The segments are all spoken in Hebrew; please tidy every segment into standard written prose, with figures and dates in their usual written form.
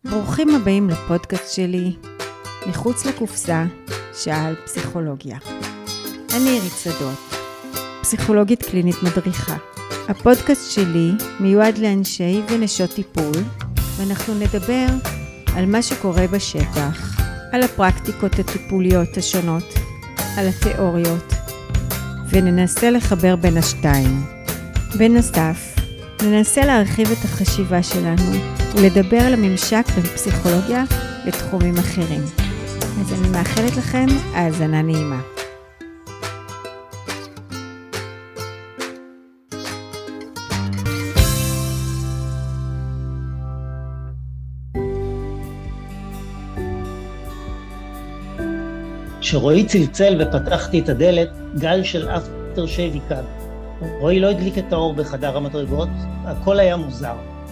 ברוכים הבאים לפודקאסט שלי, מחוץ לקופסה, שעה על פסיכולוגיה. אני עירית שדות, פסיכולוגית קלינית מדריכה. הפודקאסט שלי מיועד לאנשי ונשות טיפול, ואנחנו נדבר על מה שקורה בשטח, על הפרקטיקות הטיפוליות השונות, על התיאוריות, וננסה לחבר בין השתיים. בנוסף, ננסה להרחיב את החשיבה שלנו, ולדבר על הממשק בין פסיכולוגיה לתחומים אחרים. אז אני מאחלת לכם האזנה נעימה. כשרועי צלצל ופתחתי את הדלת, גל של אפטר שייב עיקד. רועי לא הדליק את האור בחדר המדרגות, הכל היה מוזר.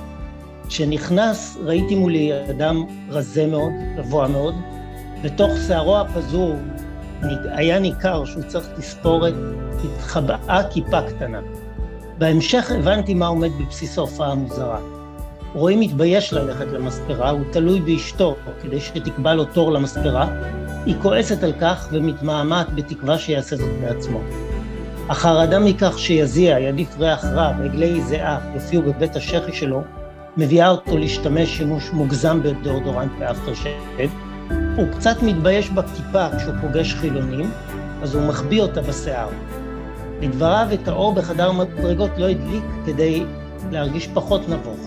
כשנכנס ראיתי מולי אדם רזה מאוד, גבוה מאוד, בתוך שערו הפזור היה ניכר שהוא צריך תספורת, התחבאה כיפה קטנה. בהמשך הבנתי מה עומד בבסיס ההופעה המוזרה. רועי מתבייש ללכת למספרה, הוא תלוי באשתו כדי שתקבע לו תור למספרה, היא כועסת על כך ומתמהמת בתקווה שיעשה זאת בעצמו. החרדה מכך שיזיע, ידיף ריח רע ועגלי זיעה יופיעו בבית השחי שלו, מביאה אותו להשתמש שימוש מוגזם בדאודורנט ואפטר שייב. הוא קצת מתבייש בכיפה כשהוא פוגש חילונים, אז הוא מחביא אותה בשיער. לדבריו את האור בחדר המדרגות לא הדליק כדי להרגיש פחות נבוך.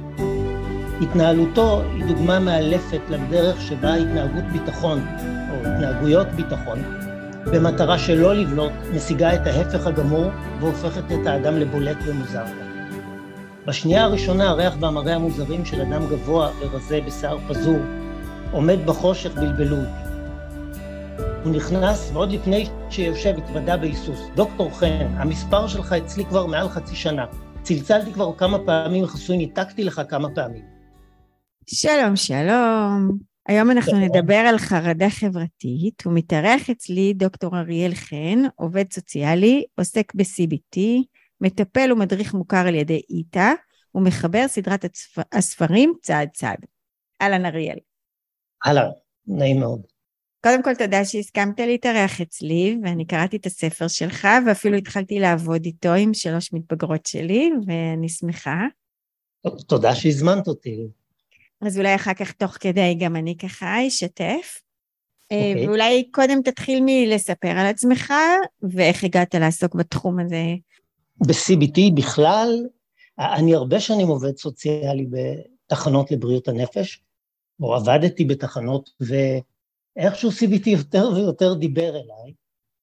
התנהלותו היא דוגמה מאלפת לדרך שבה התנהגות ביטחון, או התנהגויות ביטחון, במטרה שלא לבלוט, משיגה את ההפך הגמור והופכת את האדם לבולט ומוזר. בשנייה הראשונה הריח והמראה המוזרים של אדם גבוה ורזה בשיער פזור עומד בחושך בלבלו אותי. הוא נכנס ועוד לפני שיושב התוודע בהיסוס. דוקטור חן, המספר שלך אצלי כבר מעל חצי שנה. צלצלתי כבר כמה פעמים, חסוי ניתקתי לך כמה פעמים. שלום, שלום. היום אנחנו נדבר על חרדה חברתית, ומתארח אצלי דוקטור אריאל חן, עובד סוציאלי, עוסק ב-CBT, מטפל ומדריך מוכר על ידי איתה, ומחבר סדרת הספרים צעד צעד. אהלן אריאל. אהלן, נעים מאוד. קודם כל תודה שהסכמת להתארח אצלי, ואני קראתי את הספר שלך, ואפילו התחלתי לעבוד איתו עם 3 מתבגרות שלי, ואני שמחה. תודה שהזמנת אותי. אז אולי אחר כך תוך כדי גם אני ככה אשתף. ואולי קודם תתחיל מלספר על עצמך, ואיך הגעת לעסוק בתחום הזה. ב-CBT בכלל, אני הרבה שנים עובד סוציאלי בתחנות לבריאות הנפש, או עבדתי בתחנות, ואיכשהו CBT יותר ויותר דיבר אליי.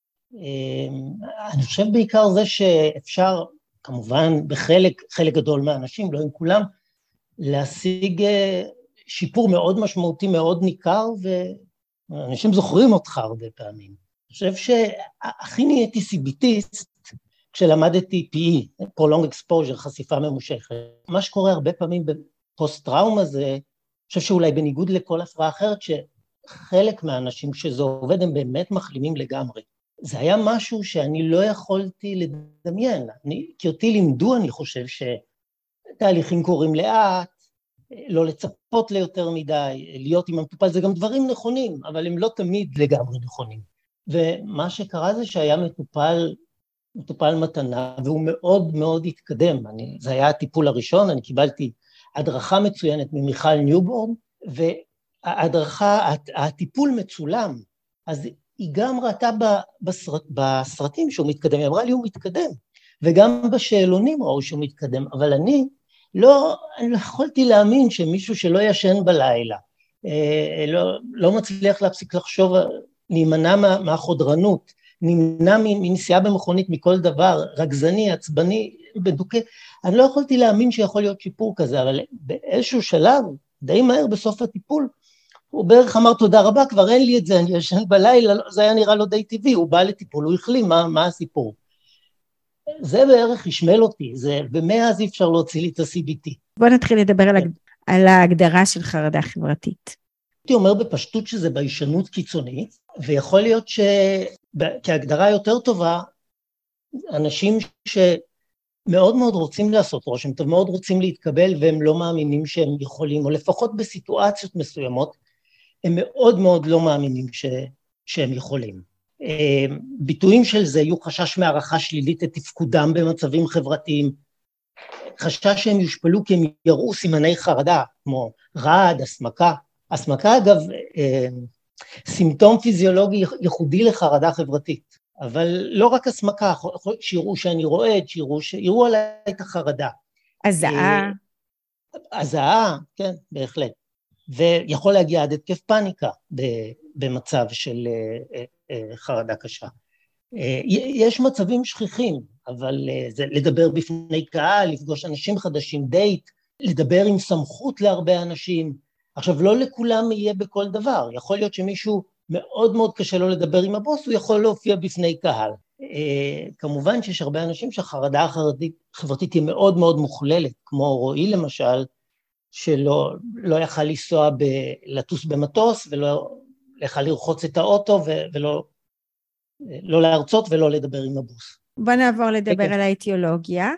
אני חושב בעיקר זה שאפשר, כמובן חלק גדול מהאנשים, לא עם כולם, להשיג שיפור מאוד משמעותי, מאוד ניכר, ואנשים זוכרים אותך הרבה פעמים. אני חושב שהכי נהייתי CBTיסט, כשלמדתי PE, Prolonged Exposure, חשיפה ממושכת. מה שקורה הרבה פעמים בפוסט-טראומה זה, אני חושב שאולי בניגוד לכל הפרעה אחרת, שחלק מהאנשים שזה עובד הם באמת מחלימים לגמרי. זה היה משהו שאני לא יכולתי לדמיין, כי אותי לימדו, אני חושב שתהליכים קורים לאט, לא לצפות ליותר מדי, להיות עם המטופל, זה גם דברים נכונים, אבל הם לא תמיד לגמרי נכונים. ומה שקרה זה שהיה מטופל מתנה, והוא מאוד מאוד התקדם. זה היה הטיפול הראשון, אני קיבלתי הדרכה מצוינת ממיכל ניובורן, הטיפול מצולם, אז היא גם ראתה בסרטים שהוא מתקדם, היא אמרה לי הוא מתקדם, וגם בשאלונים ראו שהוא מתקדם, אבל אני לא יכולתי להאמין שמישהו שלא ישן בלילה, לא מצליח להפסיק לחשוב, להימנע מהחודרנות, נמנע מנסיעה במכונית מכל דבר, רגזני, עצבני, בדוקה, אני לא יכולתי להאמין שיכול להיות שיפור כזה, אבל באיזשהו שלב, די מהר בסוף הטיפול, הוא בערך אמר תודה רבה, כבר אין לי את זה, אני ישן בלילה, זה היה נראה לו די טבעי, הוא בא לטיפול, הוא החלים, מה הסיפור? זה בערך ישמל אותי, ומאז אי אפשר להוציא לי את ה-CBT. בוא נתחיל לדבר על ההגדרה של חרדה חברתית. הייתי אומר בפשטות שזה ביישנות קיצונית, ויכול להיות כהגדרה יותר טובה, אנשים מאוד מאוד רוצים לעשות רושם טוב, מאוד רוצים להתקבל, והם לא מאמינים שהם יכולים, או לפחות בסיטואציות מסוימות, הם מאוד מאוד לא מאמינים שהם יכולים. ביטויים של זה יהיו חשש מערכה שלילית לתפקודם במצבים חברתיים, חשש שהם יושפלו כי הם יראו סימני חרדה, כמו רעד, הסמקה. הסמקה אגב, סימפטום פיזיולוגי ייחודי לחרדה חברתית, אבל לא רק הסמקה, שיראו שאני רועד, שיראו עליי את החרדה. הזעה. הזעה, כן, בהחלט. ויכול להגיע עד התקף פאניקה במצב של חרדה קשה. יש מצבים שכיחים, אבל זה לדבר בפני קהל, לפגוש אנשים חדשים, דייט, לדבר עם סמכות להרבה אנשים. עכשיו, לא לכולם יהיה בכל דבר. יכול להיות שמישהו מאוד מאוד קשה לו לדבר עם הבוס, הוא יכול להופיע בפני קהל. כמובן שיש הרבה אנשים שהחרדה החברתית היא מאוד מאוד מוכללת, כמו רועי למשל, שלא יכל לטוס במטוס, ולא יכל לרחוץ את האוטו, ולא להרצות ולא לדבר עם הבוס. בוא נעבור לדבר על האתיולוגיה.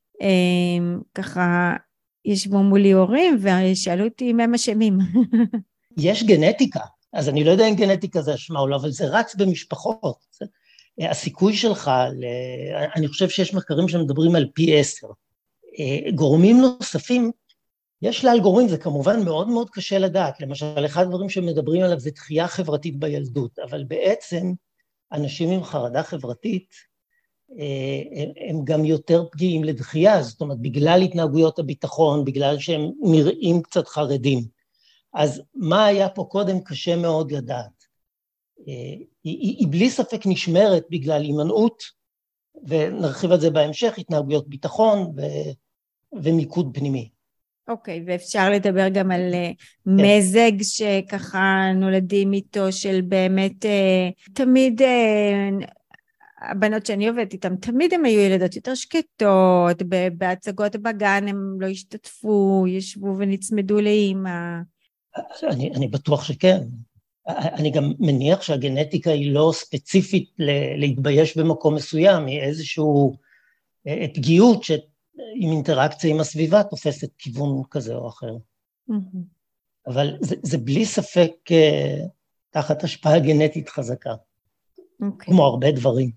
ככה ישבו מולי הורים ושאלו אותי אם הם אשמים. יש גנטיקה, אז אני לא יודע אם גנטיקה זה אשמה או לא, אבל זה רץ במשפחות. הסיכוי שלך, אני חושב שיש מחקרים שמדברים על פי 10. גורמים נוספים, יש לאלגוריתם, זה כמובן מאוד מאוד קשה לדעת. למשל, אחד הדברים שמדברים עליו זה דחייה חברתית בילדות, אבל בעצם אנשים עם חרדה חברתית, הם גם יותר פגיעים לדחייה, זאת אומרת, בגלל התנהגויות הביטחון, בגלל שהם נראים קצת חרדים. אז מה היה פה קודם קשה מאוד לדעת. היא בלי ספק נשמרת בגלל הימנעות, ונרחיב על זה בהמשך, התנהגויות ביטחון ומיקוד פנימי. אוקיי, ואפשר לדבר גם על מזג שככה נולדים איתו, של באמת תמיד, הבנות שאני עובדת איתן, תמיד הן היו ילדות יותר שקטות, בהצגות בגן הם לא השתתפו, ישבו ונצמדו לאמא. אני בטוח שכן. אני גם מניח שהגנטיקה היא לא ספציפית להתבייש במקום מסוים, היא איזשהו פגיעות עם אינטראקציה עם הסביבה תופסת כיוון כזה או אחר. אבל זה בלי ספק תחת השפעה גנטית חזקה, כמו הרבה דברים.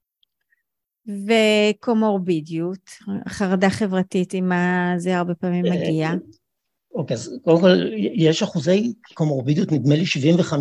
וקומורבידיות, חרדה חברתית, עם מה זה הרבה פעמים מגיע? אוקיי, אז קודם כל יש אחוזי קומורבידיות, נדמה לי 75%,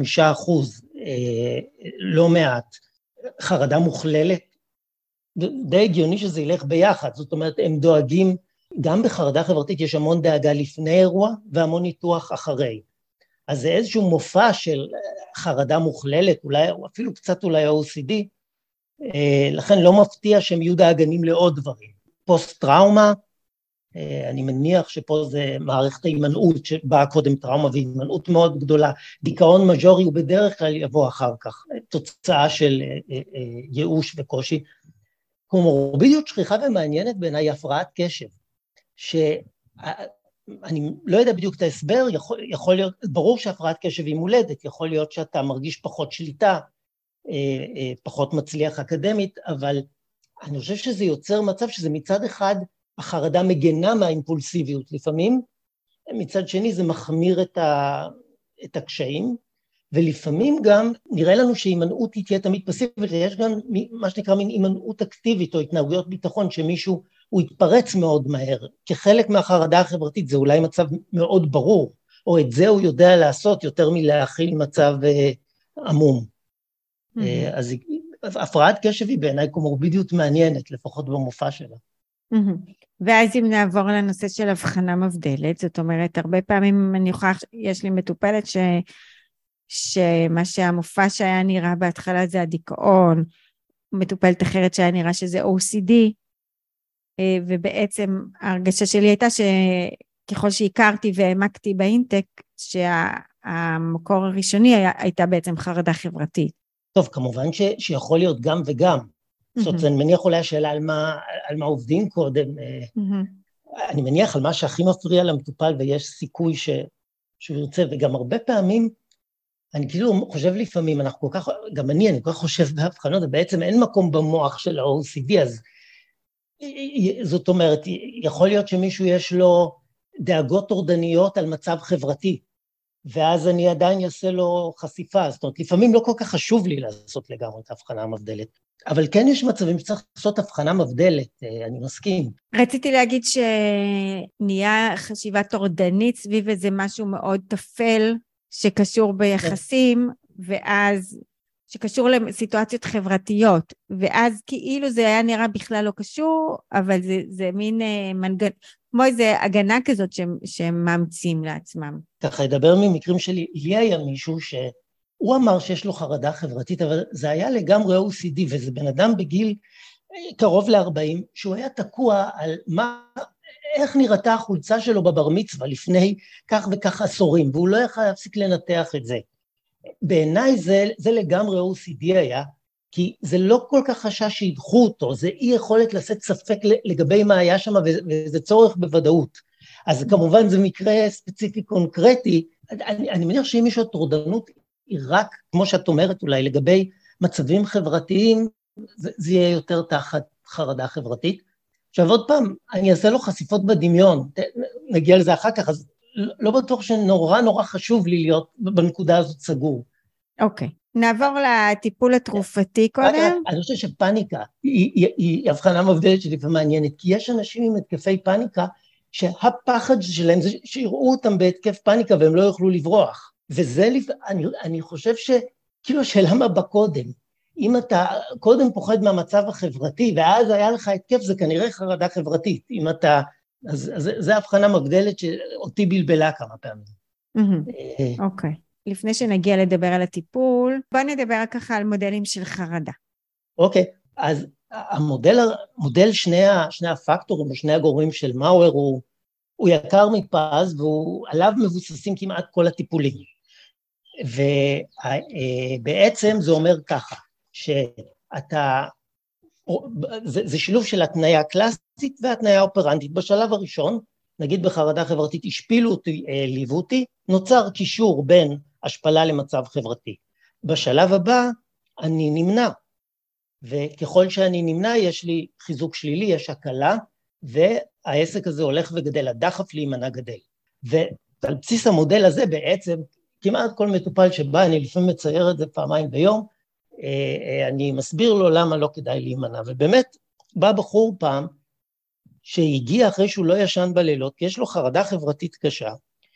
לא מעט, חרדה מוכללת, די הגיוני שזה ילך ביחד, זאת אומרת, הם דואגים, גם בחרדה חברתית יש המון דאגה לפני אירוע, והמון ניתוח אחרי. אז זה איזשהו מופע של חרדה מוכללת, אולי, או אפילו קצת אולי OCD, לכן לא מפתיע שהם יהיו דאגנים לעוד דברים. פוסט-טראומה, אני מניח שפה זה מערכת ההימנעות, שבאה קודם טראומה והימנעות מאוד גדולה, דיכאון מז'ורי הוא בדרך כלל יבוא אחר כך, תוצאה של ייאוש וקושי. קומורבידיות שכיחה ומעניינת בעיניי הפרעת קשב, שאני לא יודע בדיוק את ההסבר, יכול להיות, ברור שהפרעת קשב היא מולדת, יכול להיות שאתה מרגיש פחות שליטה, פחות מצליח אקדמית, אבל אני חושב שזה יוצר מצב שזה מצד אחד, החרדה מגנה מהאימפולסיביות לפעמים, מצד שני זה מחמיר את הקשיים, ולפעמים גם נראה לנו שהימנעות היא תהיה תמיד פסיבית, יש גם מה שנקרא מין הימנעות אקטיבית או התנהגויות ביטחון, שמישהו הוא יתפרץ מאוד מהר, כחלק מהחרדה החברתית זה אולי מצב מאוד ברור, או את זה הוא יודע לעשות יותר מלהכיל מצב עמום. אז הפרעת קשב היא בעיניי קומורבידיות מעניינת, לפחות במופע שלה. ואז אם נעבור לנושא של הבחנה מבדלת, זאת אומרת, הרבה פעמים אני יכולה, יש לי מטופלת שמה שהמופע שהיה נראה בהתחלה זה הדיכאון, מטופלת אחרת שהיה נראה שזה OCD, ובעצם ההרגשה שלי הייתה שככל שהכרתי והעמקתי באינטק, שהמקור הראשוני הייתה בעצם חרדה חברתית. טוב, כמובן שיכול להיות גם וגם. זאת אומרת, אני מניח אולי השאלה על מה עובדים קודם. אני מניח על מה שהכי מפריע למטופל, ויש סיכוי שהוא ירצה, וגם הרבה פעמים, אני כאילו חושב לפעמים, גם אני כל כך חושב בהבחנות, ובעצם אין מקום במוח של ה-OCD, אז זאת אומרת, יכול להיות שמישהו יש לו דאגות טורדניות על מצב חברתי, ואז אני עדיין אעשה לו חשיפה, זאת אומרת, לפעמים לא כל כך חשוב לי לעשות לגמרי את ההבחנה המבדלת, אבל כן יש מצבים שצריך לעשות הבחנה מבדלת, אני מסכים. רציתי להגיד שנהיה חשיבה טורדנית סביב איזה משהו מאוד תפל, שקשור ביחסים, ואז שקשור לסיטואציות חברתיות, ואז כאילו זה היה נראה בכלל לא קשור, אבל זה מין מנגנון, כמו איזה הגנה כזאת שהם מאמצים לעצמם. ככה, אדבר ממקרים שלי, לי היה מישהו שהוא אמר שיש לו חרדה חברתית, אבל זה היה לגמרי OCD, וזה בן אדם בגיל קרוב ל-40, שהוא היה תקוע על איך נראתה החולצה שלו בבר מצווה לפני כך וכך עשורים, והוא לא יכול להפסיק לנתח את זה. בעיניי זה לגמרי OCD היה, כי זה לא כל כך חשש שידחו אותו, זה אי יכולת לשאת ספק לגבי מה היה שם, וזה צורך בוודאות. אז כמובן זה מקרה ספציפי קונקרטי, אני מניח שאם יש טורדנות היא רק, כמו שאת אומרת אולי, לגבי מצבים חברתיים, זה יהיה יותר תחת חרדה חברתית. עכשיו עוד פעם, אני אעשה לו חשיפות בדמיון, נגיע לזה אחר כך, אז לא בטוח שנורא חשוב לי להיות בנקודה הזאת סגור. אוקיי, נעבור לטיפול התרופתי קודם. אני חושב שפניקה היא הבחנה מבדלת שלפעמים מעניינת, כי יש אנשים עם התקפי פניקה, שהפחד שלהם זה שיראו אותם בהתקף פניקה והם לא יוכלו לברוח, וזה אני חושב שכאילו השאלה מה בקודם, אם אתה קודם פוחד מהמצב החברתי ואז היה לך התקף, זה כנראה חרדה חברתית, אם אתה, אז זה הבחנה מבדלת שאותי בלבלה כמה פעמים. אוקיי, לפני שנגיע לדבר על הטיפול, בוא נדבר ככה על מודלים של חרדה. אוקיי, אז המודל שני הפקטורים ושני הגורמים של מאואר הוא יקר מפז, ועליו מבוססים כמעט כל הטיפולים. ובעצם זה אומר ככה, שאתה, זה שילוב של התניה קלאסית והתניה אופרנטית. בשלב הראשון, נגיד בחרדה חברתית, השפילו אותי, ליוו אותי, נוצר קישור בין השפלה למצב חברתי. בשלב הבא, אני נמנע. וככל שאני נמנע, יש לי חיזוק שלילי, יש הקלה, והעסק הזה הולך וגדל, הדחף להימנע גדל. ועל בסיס המודל הזה בעצם, כמעט כל מטופל שבא, אני לפעמים מצייר את זה פעמיים ביום, אני מסביר לו למה לא כדאי להימנע. ובאמת, בא בחור פעם, שהגיע אחרי שהוא לא ישן בלילות, כי יש לו חרדה חברתית קשה,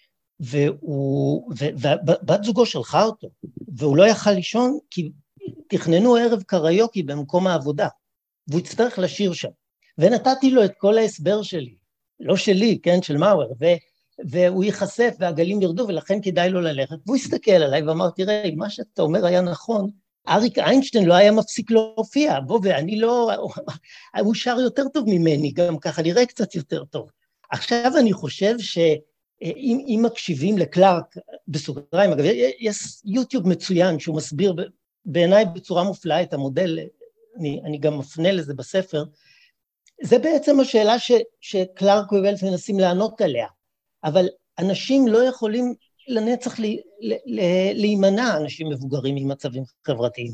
ובת זוגו שלחה אותו, והוא לא יכל לישון, כי תכננו ערב קריוקי במקום העבודה, והוא יצטרך לשיר שם, ונתתי לו את כל ההסבר שלי, לא שלי, כן, של מאואר, והוא ייחשף והגלים ירדו, ולכן כדאי לו ללכת, והוא הסתכל עליי ואמר, תראה, מה שאתה אומר היה נכון, אריק איינשטיין לא היה מפסיק להופיע, בוא, ואני לא, הוא שר יותר טוב ממני, גם ככה נראה קצת יותר טוב. עכשיו אני חושב שאם מקשיבים לקלארק, בסוגריים, אגב, יש יוטיוב מצוין שהוא מסביר בעיניי בצורה מופלאה את המודל, אני גם מפנה לזה בספר, זה בעצם השאלה שקלארק ווולף מנסים לענות עליה, אבל אנשים לא יכולים לנצח להימנע, אנשים מבוגרים ממצבים חברתיים,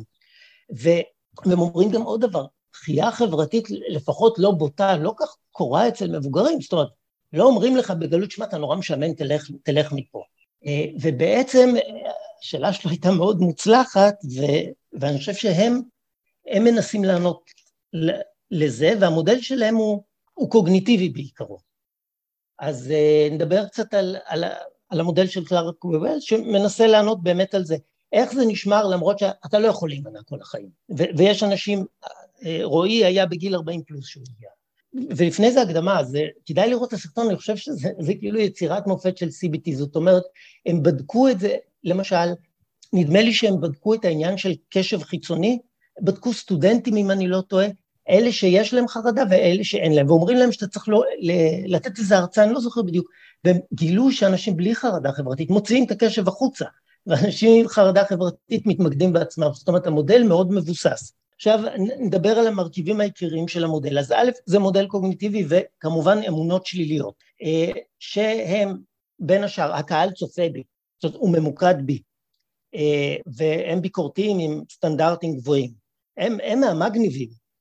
והם אומרים גם עוד דבר, דחייה חברתית לפחות לא בוטה, לא כך קורה אצל מבוגרים, זאת אומרת, לא אומרים לך בגלות שמה, אתה נורא משעמם, תלך מפה, ובעצם השאלה שלו הייתה מאוד מוצלחת, ואני חושב שהם מנסים לענות לזה, והמודל שלהם הוא קוגניטיבי בעיקרו. אז נדבר קצת על המודל של קלארק ווולף, שמנסה לענות באמת על זה. איך זה נשמר למרות שאתה לא יכול להימנע כל החיים. ויש אנשים, רועי היה בגיל 40 פלוס שהוא הגיע. ולפני זה הקדמה, אז כדאי לראות את הסרטון, אני חושב שזה כאילו יצירת מופת של CBT, זאת אומרת, הם בדקו את זה, למשל, נדמה לי שהם בדקו את העניין של קשב חיצוני, בדקו סטודנטים אם אני לא טועה, אלה שיש להם חרדה ואלה שאין להם, ואומרים להם שאתה צריך לתת איזה הרצאה, אני לא זוכר בדיוק, והם גילו שאנשים בלי חרדה חברתית מוציאים את הקשב החוצה, ואנשים עם חרדה חברתית מתמקדים בעצמם, זאת אומרת המודל מאוד מבוסס. עכשיו נדבר על המרכיבים העיקריים של המודל, אז א' זה מודל קוגניטיבי וכמובן אמונות שליליות, שהם בין השאר, הקהל צופה בי, זאת אומרת הוא ממוקד בי, והם ביקורתיים עם סטנדרטים גבוהים, הם מהמגניבים,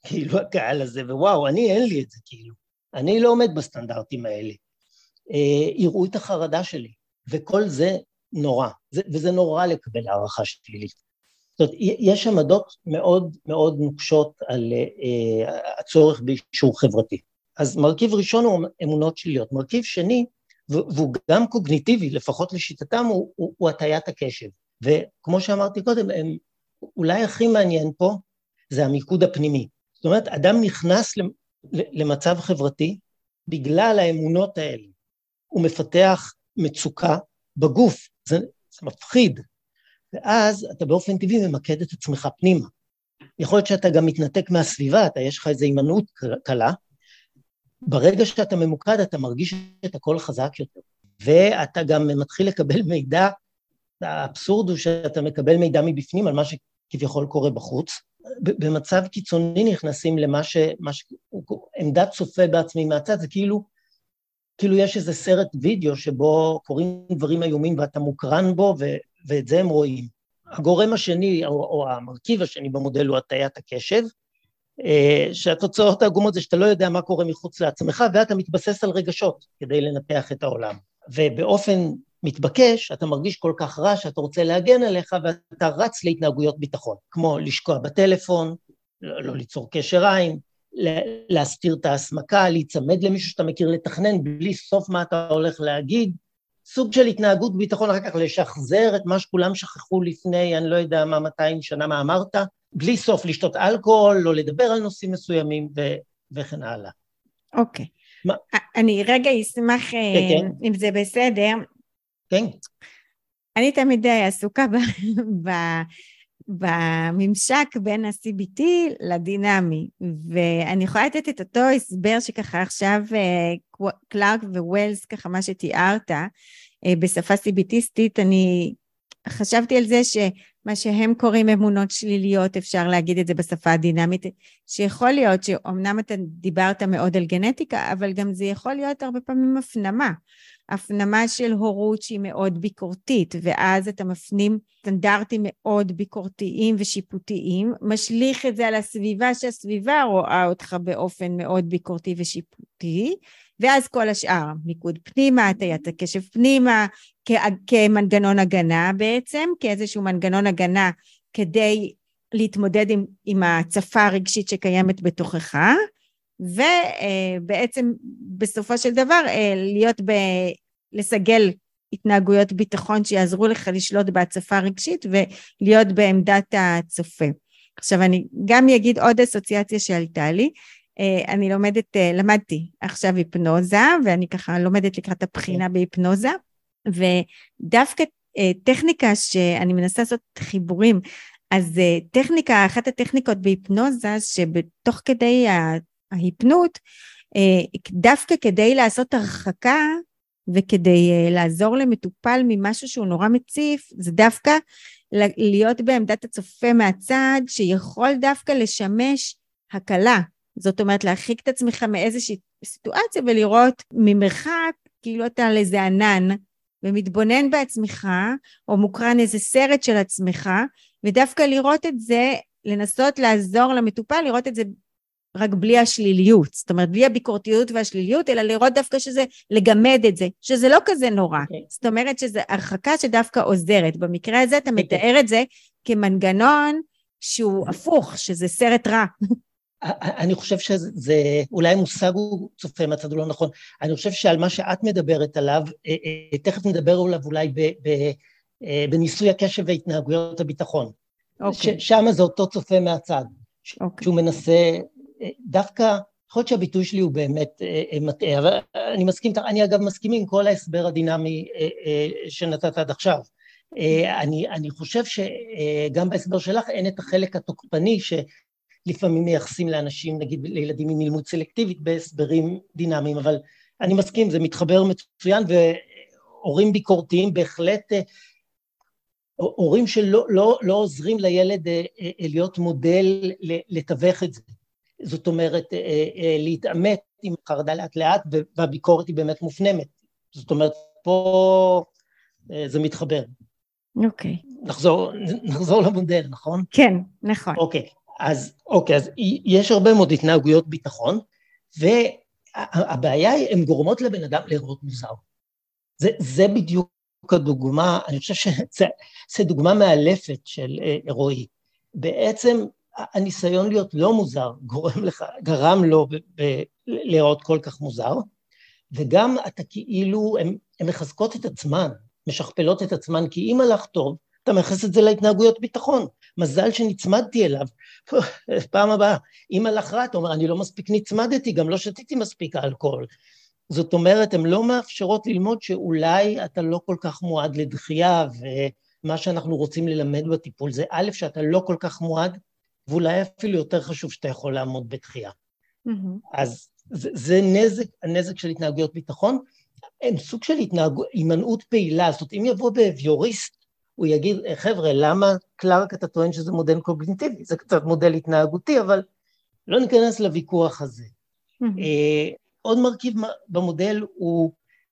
כאילו הקהל הזה, ווואו, אין לי את זה, כאילו. אני לא עומד בסטנדרטים האלה. יראו את החרדה שלי, וכל זה נורא, וזה נורא לקבל הערכה שלילית. זאת אומרת, יש עמדות מאוד מאוד נוקשות על הצורך באישור חברתי. אז מרכיב ראשון הוא אמונות שליליות, מרכיב שני, והוא גם קוגניטיבי, לפחות לשיטתם, הוא הטיית הקשב. וכמו שאמרתי קודם, אולי הכי מעניין פה, זה המיקוד הפנימי. זאת אומרת, אדם נכנס למצב חברתי, בגלל האמונות האלה, הוא מפתח מצוקה בגוף, זה מפחיד, ואז אתה באופן טבעי ממקד את עצמך פנימה. יכול להיות שאתה גם מתנתק מהסביבה, יש לך איזו הימנעות קלה, ברגע שאתה ממוקד אתה מרגיש את הכל חזק יותר, ואתה גם מתחיל לקבל מידע, האבסורד הוא שאתה מקבל מידע מבפנים על מה שכביכול קורה בחוץ, במצב קיצוני נכנסים למה עמדת צופה בעצמי מהצד, זה כאילו יש איזה סרט וידאו שבו קוראים דברים איומים ואתה מוקרן בו, ואת זה הם רואים. הגורם השני, או המרכיב השני במודל הוא הטיית הקשב, שהתוצאות העגומות זה שאתה לא יודע מה קורה מחוץ לעצמך, ואתה מתבסס על רגשות כדי לנתח את העולם. ובאופן מתבקש, אתה מרגיש כל כך רע שאתה רוצה להגן עליך, ואתה רץ להתנהגויות ביטחון, כמו לשקוע בטלפון, לא ליצור קשר עין, להסתיר את ההסמקה, להיצמד למישהו שאתה מכיר, לתכנן בלי סוף מה אתה הולך להגיד, סוג של התנהגות ביטחון, אחר כך לשחזר את מה שכולם שכחו לפני, אני לא יודע מה 200 שנה מה אמרת, בלי סוף לשתות אלכוהול, לא לדבר על נושאים מסוימים וכן הלאה. אוקיי. אני רגע אשמח אם זה בסדר. כן. אני תמיד עסוקה בממשק בין ה-CBT לדינמי, ואני יכולה לתת את אותו הסבר שככה עכשיו קלארק וווילס, ככה מה שתיארת, בשפה CBTיסטית, אני חשבתי על זה שמה שהם קוראים אמונות שליליות, אפשר להגיד את זה בשפה הדינמית, שיכול להיות שאומנם אתה דיברת מאוד על גנטיקה, אבל גם זה יכול להיות הרבה פעמים הפנמה של הורות שהיא מאוד ביקורתית, ואז אתה מפנים סטנדרטים מאוד ביקורתיים ושיפוטיים, משליך את זה על הסביבה, שהסביבה רואה אותך באופן מאוד ביקורתי ושיפוטי, ואז כל השאר, מיקוד פנימה, הטיית הקשב פנימה, כמנגנון הגנה בעצם, כאיזשהו מנגנון הגנה, כדי להתמודד עם הצפה הרגשית שקיימת בתוכך, ובעצם בסופו של דבר לסגל התנהגויות ביטחון שיעזרו לך לשלוט בהצפה הרגשית ולהיות בעמדת הצופה. עכשיו אני גם אגיד עוד אסוציאציה שעלתה לי, אני למדתי עכשיו היפנוזה, ואני ככה לומדת לקראת הבחינה בהיפנוזה, ודווקא טכניקה שאני מנסה לעשות חיבורים, אז אחת הטכניקות בהיפנוזה, שבתוך כדי ההיפנות, דווקא כדי לעשות הרחקה, וכדי לעזור למטופל ממשהו שהוא נורא מציף, זה דווקא להיות בעמדת הצופה מהצד, שיכול דווקא לשמש הקלה, זאת אומרת להרחיק את עצמך מאיזושהי סיטואציה, ולראות ממרחק, כאילו אתה על איזה ענן, ומתבונן בעצמך, או מוקרן איזה סרט של עצמך, ודווקא לראות את זה, לנסות לעזור למטופל, לראות את זה רק בלי השליליות, זאת אומרת, בלי הביקורתיות והשליליות, אלא לראות דווקא שזה, לגמד את זה, שזה לא כזה נורא, זאת אומרת שזה הרחקה שדווקא עוזרת, במקרה הזה אתה מתאר את זה כמנגנון שהוא הפוך, שזה סרט רע. אני חושב שזה, אולי מושג הוא צופה מצד הוא לא נכון, אני חושב שעל מה שאת מדברת עליו, תכף נדבר עליו אולי בניסוי הקשב והתנהגויות הביטחון, שם זה אותו צופה מהצד, שהוא מנסה, דווקא, יכול להיות שהביטוי שלי הוא באמת מטעה, אבל אני אגב מסכים עם כל ההסבר הדינמי שנתת עד עכשיו, אני חושב שגם בהסבר שלך אין את החלק התוקפני לפעמים מייחסים לאנשים, נגיד לילדים עם אילמות סלקטיבית בהסברים דינמיים, אבל אני מסכים, זה מתחבר מצוין, והורים ביקורתיים בהחלט, הורים שלא עוזרים לילד להיות מודל לתווך את זה. זאת אומרת, להתעמת עם חרדה לאט לאט, והביקורת היא באמת מופנמת. זאת אומרת, פה זה מתחבר. אוקיי. נחזור למודל, נכון? כן, נכון. אוקיי. אז אוקיי, אז יש הרבה מאוד התנהגויות ביטחון, והבעיה היא, הן גורמות לבן אדם להיראות מוזר. זה בדיוק הדוגמה, אני חושב שזה דוגמה מאלפת של רועי. בעצם הניסיון להיות לא מוזר גרם לו להיראות כל כך מוזר, וגם אתה כאילו, הן מחזקות את עצמן, משכפלות את עצמן, כי אם הלך טוב, אתה מייחס את זה להתנהגויות ביטחון. מזל שנצמדתי אליו, פעם הבאה, אם הלך רע, אתה אומר, אני לא מספיק נצמדתי, גם לא שתיתי מספיק אלכוהול. זאת אומרת, הן לא מאפשרות ללמוד שאולי אתה לא כל כך מועד לדחייה, ומה שאנחנו רוצים ללמד בטיפול זה א', שאתה לא כל כך מועד, ואולי אפילו יותר חשוב שאתה יכול לעמוד בתחייה. אז זה הנזק של התנהגויות ביטחון, הם סוג של הימנעות פעילה, זאת אומרת, אם יבוא באביוריסט, הוא יגיד, חבר'ה, למה קלארק אתה טוען שזה מודל קוגניטיבי? זה קצת מודל התנהגותי, אבל לא ניכנס לוויכוח הזה. עוד מרכיב במודל הוא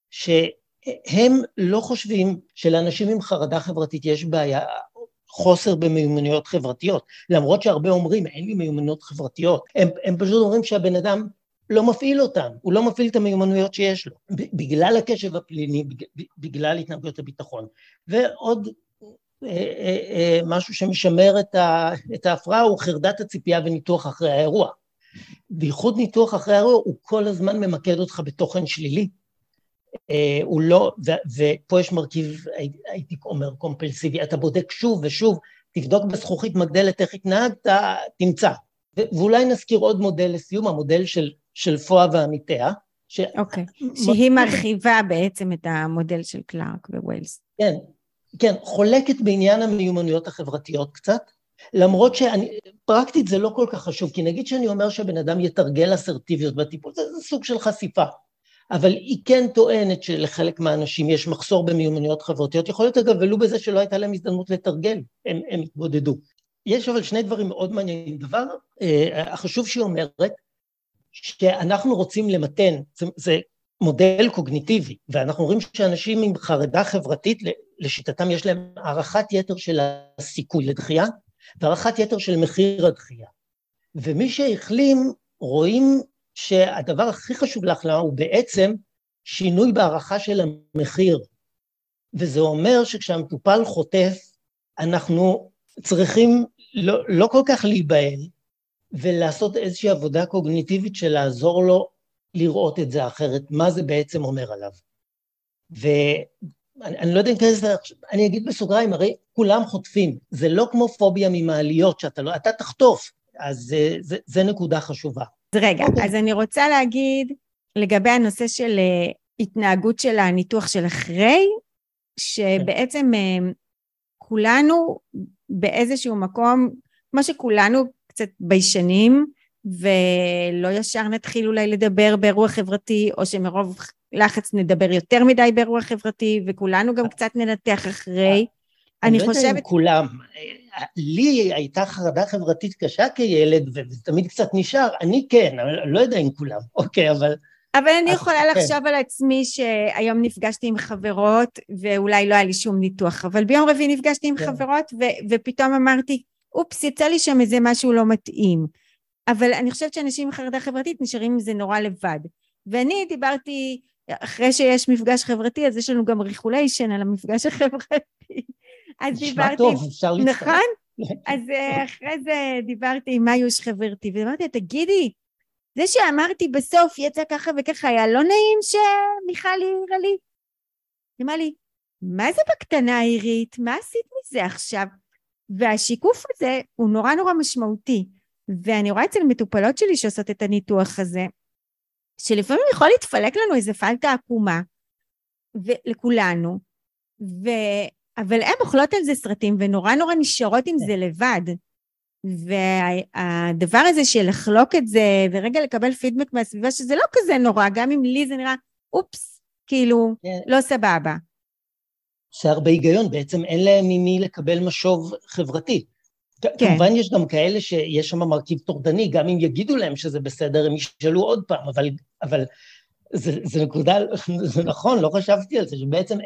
שהם לא חושבים שלאנשים עם חרדה חברתית יש בעיה, חוסר במיומנויות חברתיות, למרות שהרבה אומרים, אין לי מיומנויות חברתיות, הם פשוט אומרים שהבן אדם לא מפעיל אותם, הוא לא מפעיל את המיומנויות שיש לו, בגלל הקשב הפלילי, בגלל התנהגויות הביטחון. ועוד משהו שמשמר את ההפרעה הוא חרדת הציפייה וניתוח אחרי האירוע. בייחוד ניתוח אחרי האירוע הוא כל הזמן ממקד אותך בתוכן שלילי, הוא לא, ופה יש מרכיב, הייתי אומר, קומפלסיבי, אתה בודק שוב ושוב, תבדוק בזכוכית מגדלת איך התנהגת, תמצא. ואולי נזכיר עוד מודל לסיום, המודל של פואה ועמיתיה. אוקיי, שהיא מרחיבה בעצם את המודל של קלארק וווילס. כן, כן, חולקת בעניין המיומנויות החברתיות קצת, למרות פרקטית זה לא כל כך חשוב, כי נגיד שאני אומר שבן אדם יתרגל אסרטיביות בטיפול, זה סוג של חשיפה. אבל היא כן טוענת שלחלק מהאנשים יש מחסור במיומנויות חברתיות, יכול להיות אגב, ולו בזה שלא הייתה להם הזדמנות לתרגל, הם התבודדו. יש אבל שני דברים מאוד מעניינים. דבר החשוב שהיא אומרת, שאנחנו רוצים למתן, זה מודל קוגניטיבי, ואנחנו רואים שאנשים עם חרדה חברתית, לשיטתם יש להם הערכת יתר של הסיכוי לדחייה, והערכת יתר של מחיר הדחייה. ומי שהחלים רואים שהדבר הכי חשוב להחלמה הוא בעצם שינוי בהערכה של המחיר. וזה אומר שכשהמטופל חוטף, אנחנו צריכים לא כל כך להיבהל, ולעשות איזושהי עבודה קוגניטיבית של לעזור לו לראות את זה אחרת, מה זה בעצם אומר עליו. ואני לא יודע אם כזה, אני אגיד בסוגריים, הרי כולם חוטפים, זה לא כמו פוביה ממעליות, אתה תחטוף, אז זה נקודה חשובה. רגע, אז אני רוצה להגיד, לגבי הנושא של התנהגות של הניתוח של אחרי, שבעצם כולנו באיזשהו מקום, כמו שכולנו קצת ביישנים, ולא ישר נתחיל אולי לדבר באירוע חברתי, או שמרוב לחץ נדבר יותר מדי באירוע חברתי, וכולנו גם קצת ננתח אחרי. אני חושבת... לא יודע אם כולם, לי הייתה חרדה חברתית קשה כילד, וזה תמיד קצת נשאר, אני כן, אבל לא יודע אם כולם, אוקיי, אבל... אבל אני יכולה לחשוב על עצמי שהיום נפגשתי עם חברות, ואולי לא היה לי שום ניתוח, אבל ביום רביעי נפגשתי עם חברות, ופתאום אמרתי, אופס, יצא לי שם איזה משהו לא מתאים. אבל אני חושבת שאנשים עם חרדה חברתית נשארים עם זה נורא לבד. ואני דיברתי, אחרי שיש מפגש חברתי, אז יש לנו גם ריחוליישן על המפגש החברתי. אז דיברתי, נכון? אז אחרי זה דיברתי עם מיוש חברתי, ואמרתי, תגידי, זה שאמרתי בסוף יצא ככה וככה, היה לא נעים שמיכל העירה לי? היא אמרה לי, מה זה בקטנה עירית? מה עשית מזה עכשיו? והשיקוף הזה הוא נורא נורא משמעותי, ואני רואה אצל מטופלות שלי שעושות את הניתוח הזה, שלפעמים יכול להתפלק לנו איזה פלטה עקומה, לכולנו, אבל הן אוכלות על זה סרטים, ונורא נורא נשארות עם זה לבד, והדבר הזה של לחלוק את זה, ורגע לקבל פידבק מהסביבה, שזה לא כזה נורא, גם אם לי זה נראה, אופס, כאילו, לא סבבה. זה הרבה היגיון, בעצם אין להם ממי לקבל משוב חברתי. כמובן יש גם כאלה שיש שם מרכיב טורדני, גם אם יגידו להם שזה בסדר, הם ישאלו עוד פעם, אבל זה נקודה, זה נכון, לא חשבתי על זה, שבעצם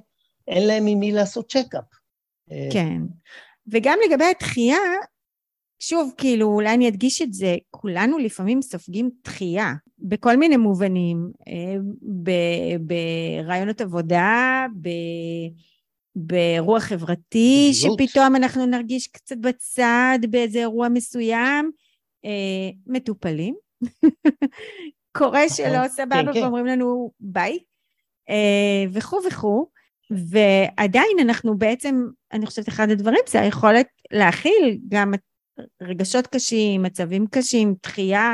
אין להם ממי לעשות צ'קאפ. כן, וגם לגבי התחייה, שוב, כאילו, אולי אני אדגיש את זה, כולנו לפעמים סופגים דחייה, בכל מיני מובנים, ברעיונות עבודה, באירוע חברתי, שפתאום אנחנו נרגיש קצת בצד באיזה אירוע מסוים, מטופלים, קורה שלא סבבה, ואומרים לנו ביי, וכו' וכו', ועדיין אנחנו בעצם, אני חושבת אחד הדברים, זה היכולת להכיל גם רגשות קשים, מצבים קשים, דחייה,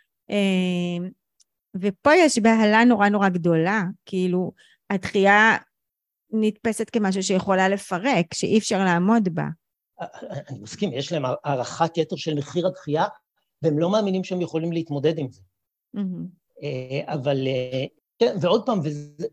ופה יש בהלה נורא נורא גדולה, כאילו הדחייה נתפסת כמשהו שיכולה לפרק, שאי אפשר לעמוד בה. אני מסכים, יש להם הערכת יתר של מחיר הדחייה, והם לא מאמינים שהם יכולים להתמודד עם זה. אבל, כן, ועוד פעם,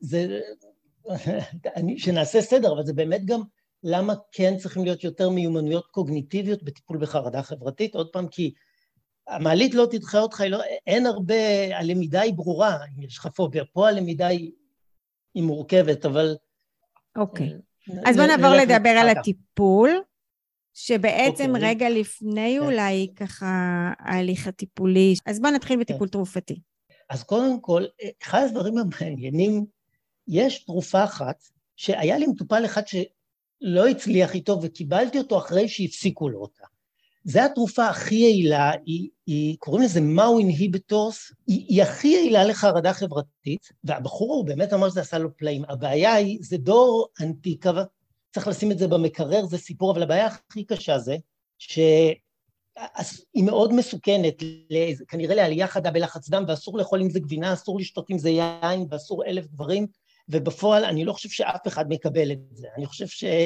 שנעשה סדר, אבל זה באמת גם למה כן צריכים להיות יותר מיומנויות קוגניטיביות בטיפול בחרדה חברתית, עוד פעם, כי המעלית לא תדחה אותך, אין הרבה, הלמידה היא ברורה, אם יש לך פוביה, פה הלמידה היא מורכבת, אבל... אוקיי, אז בוא נעבור לדבר על הטיפול, שבעצם רגע לפני אולי ככה ההליך הטיפולי, אז בוא נתחיל בטיפול תרופתי. אז קודם כל, אחד הדברים המעניינים, יש תרופה אחת, שהיה לי מטופל אחד שלא הצליח איתו, וקיבלתי אותו אחרי שהפסיקו לו אותה. זו התרופה הכי יעילה, קוראים לזה מאו אינהיביטורס, היא הכי יעילה לחרדה חברתית, והבחור הוא באמת אמר שזה עשה לו פלאים. הבעיה היא, זה דור אנטיקה, צריך לשים את זה במקרר, זה סיפור, אבל הבעיה הכי קשה זה, שהיא מאוד מסוכנת, כנראה לעלייה חדה בלחץ דם, ואסור לאכול עם זה גבינה, אסור לשתות עם זה יין, ואסור 1000 דברים, ובפועל אני לא חושב שאף אחד מקבל את זה. אני חושב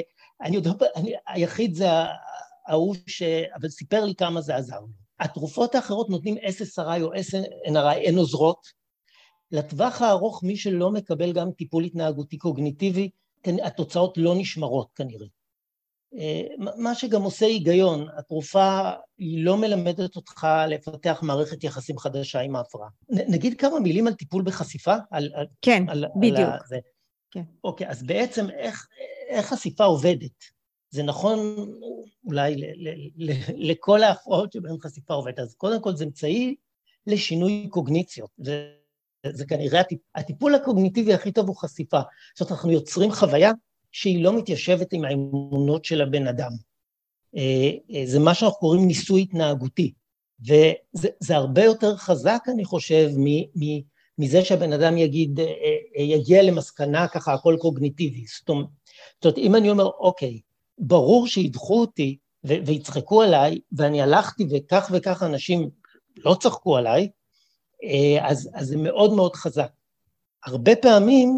היחיד זה אבל סיפר לי כמה זה עזר. התרופות האחרות נותנים SSRI או SNRI, הן עוזרות. לטווח הארוך, מי שלא מקבל גם טיפול התנהגותי קוגניטיבי, התוצאות לא נשמרות כנראה. מה שגם עושה היגיון, התרופה היא לא מלמדת אותך לפתח מערכת יחסים חדשה עם ההפרעה. נגיד כמה מילים על טיפול בחשיפה? כן, בדיוק. אוקיי, אז בעצם איך חשיפה עובדת? זה נכון אולי לכל ההפרעות שבהן חשיפה עובדת. אז קודם כל זה אמצעי לשינוי קוגניציות. זה כנראה הטיפול הקוגניטיבי הכי טוב הוא חשיפה. זאת אומרת, אנחנו יוצרים חוויה שהיא לא מתיישבת עם האמונות של הבן אדם. זה מה שאנחנו קוראים ניסוי התנהגותי. וזה הרבה יותר חזק, אני חושב, מזה שהבן אדם יגיע למסקנה ככה, הכל קוגניטיבי. זאת אומרת, אם אני אומר, אוקיי, ברור שידחו אותי ויצחקו עליי, ואני הלכתי וכך וכך אנשים לא צחקו עליי, אז זה מאוד מאוד חזק. הרבה פעמים,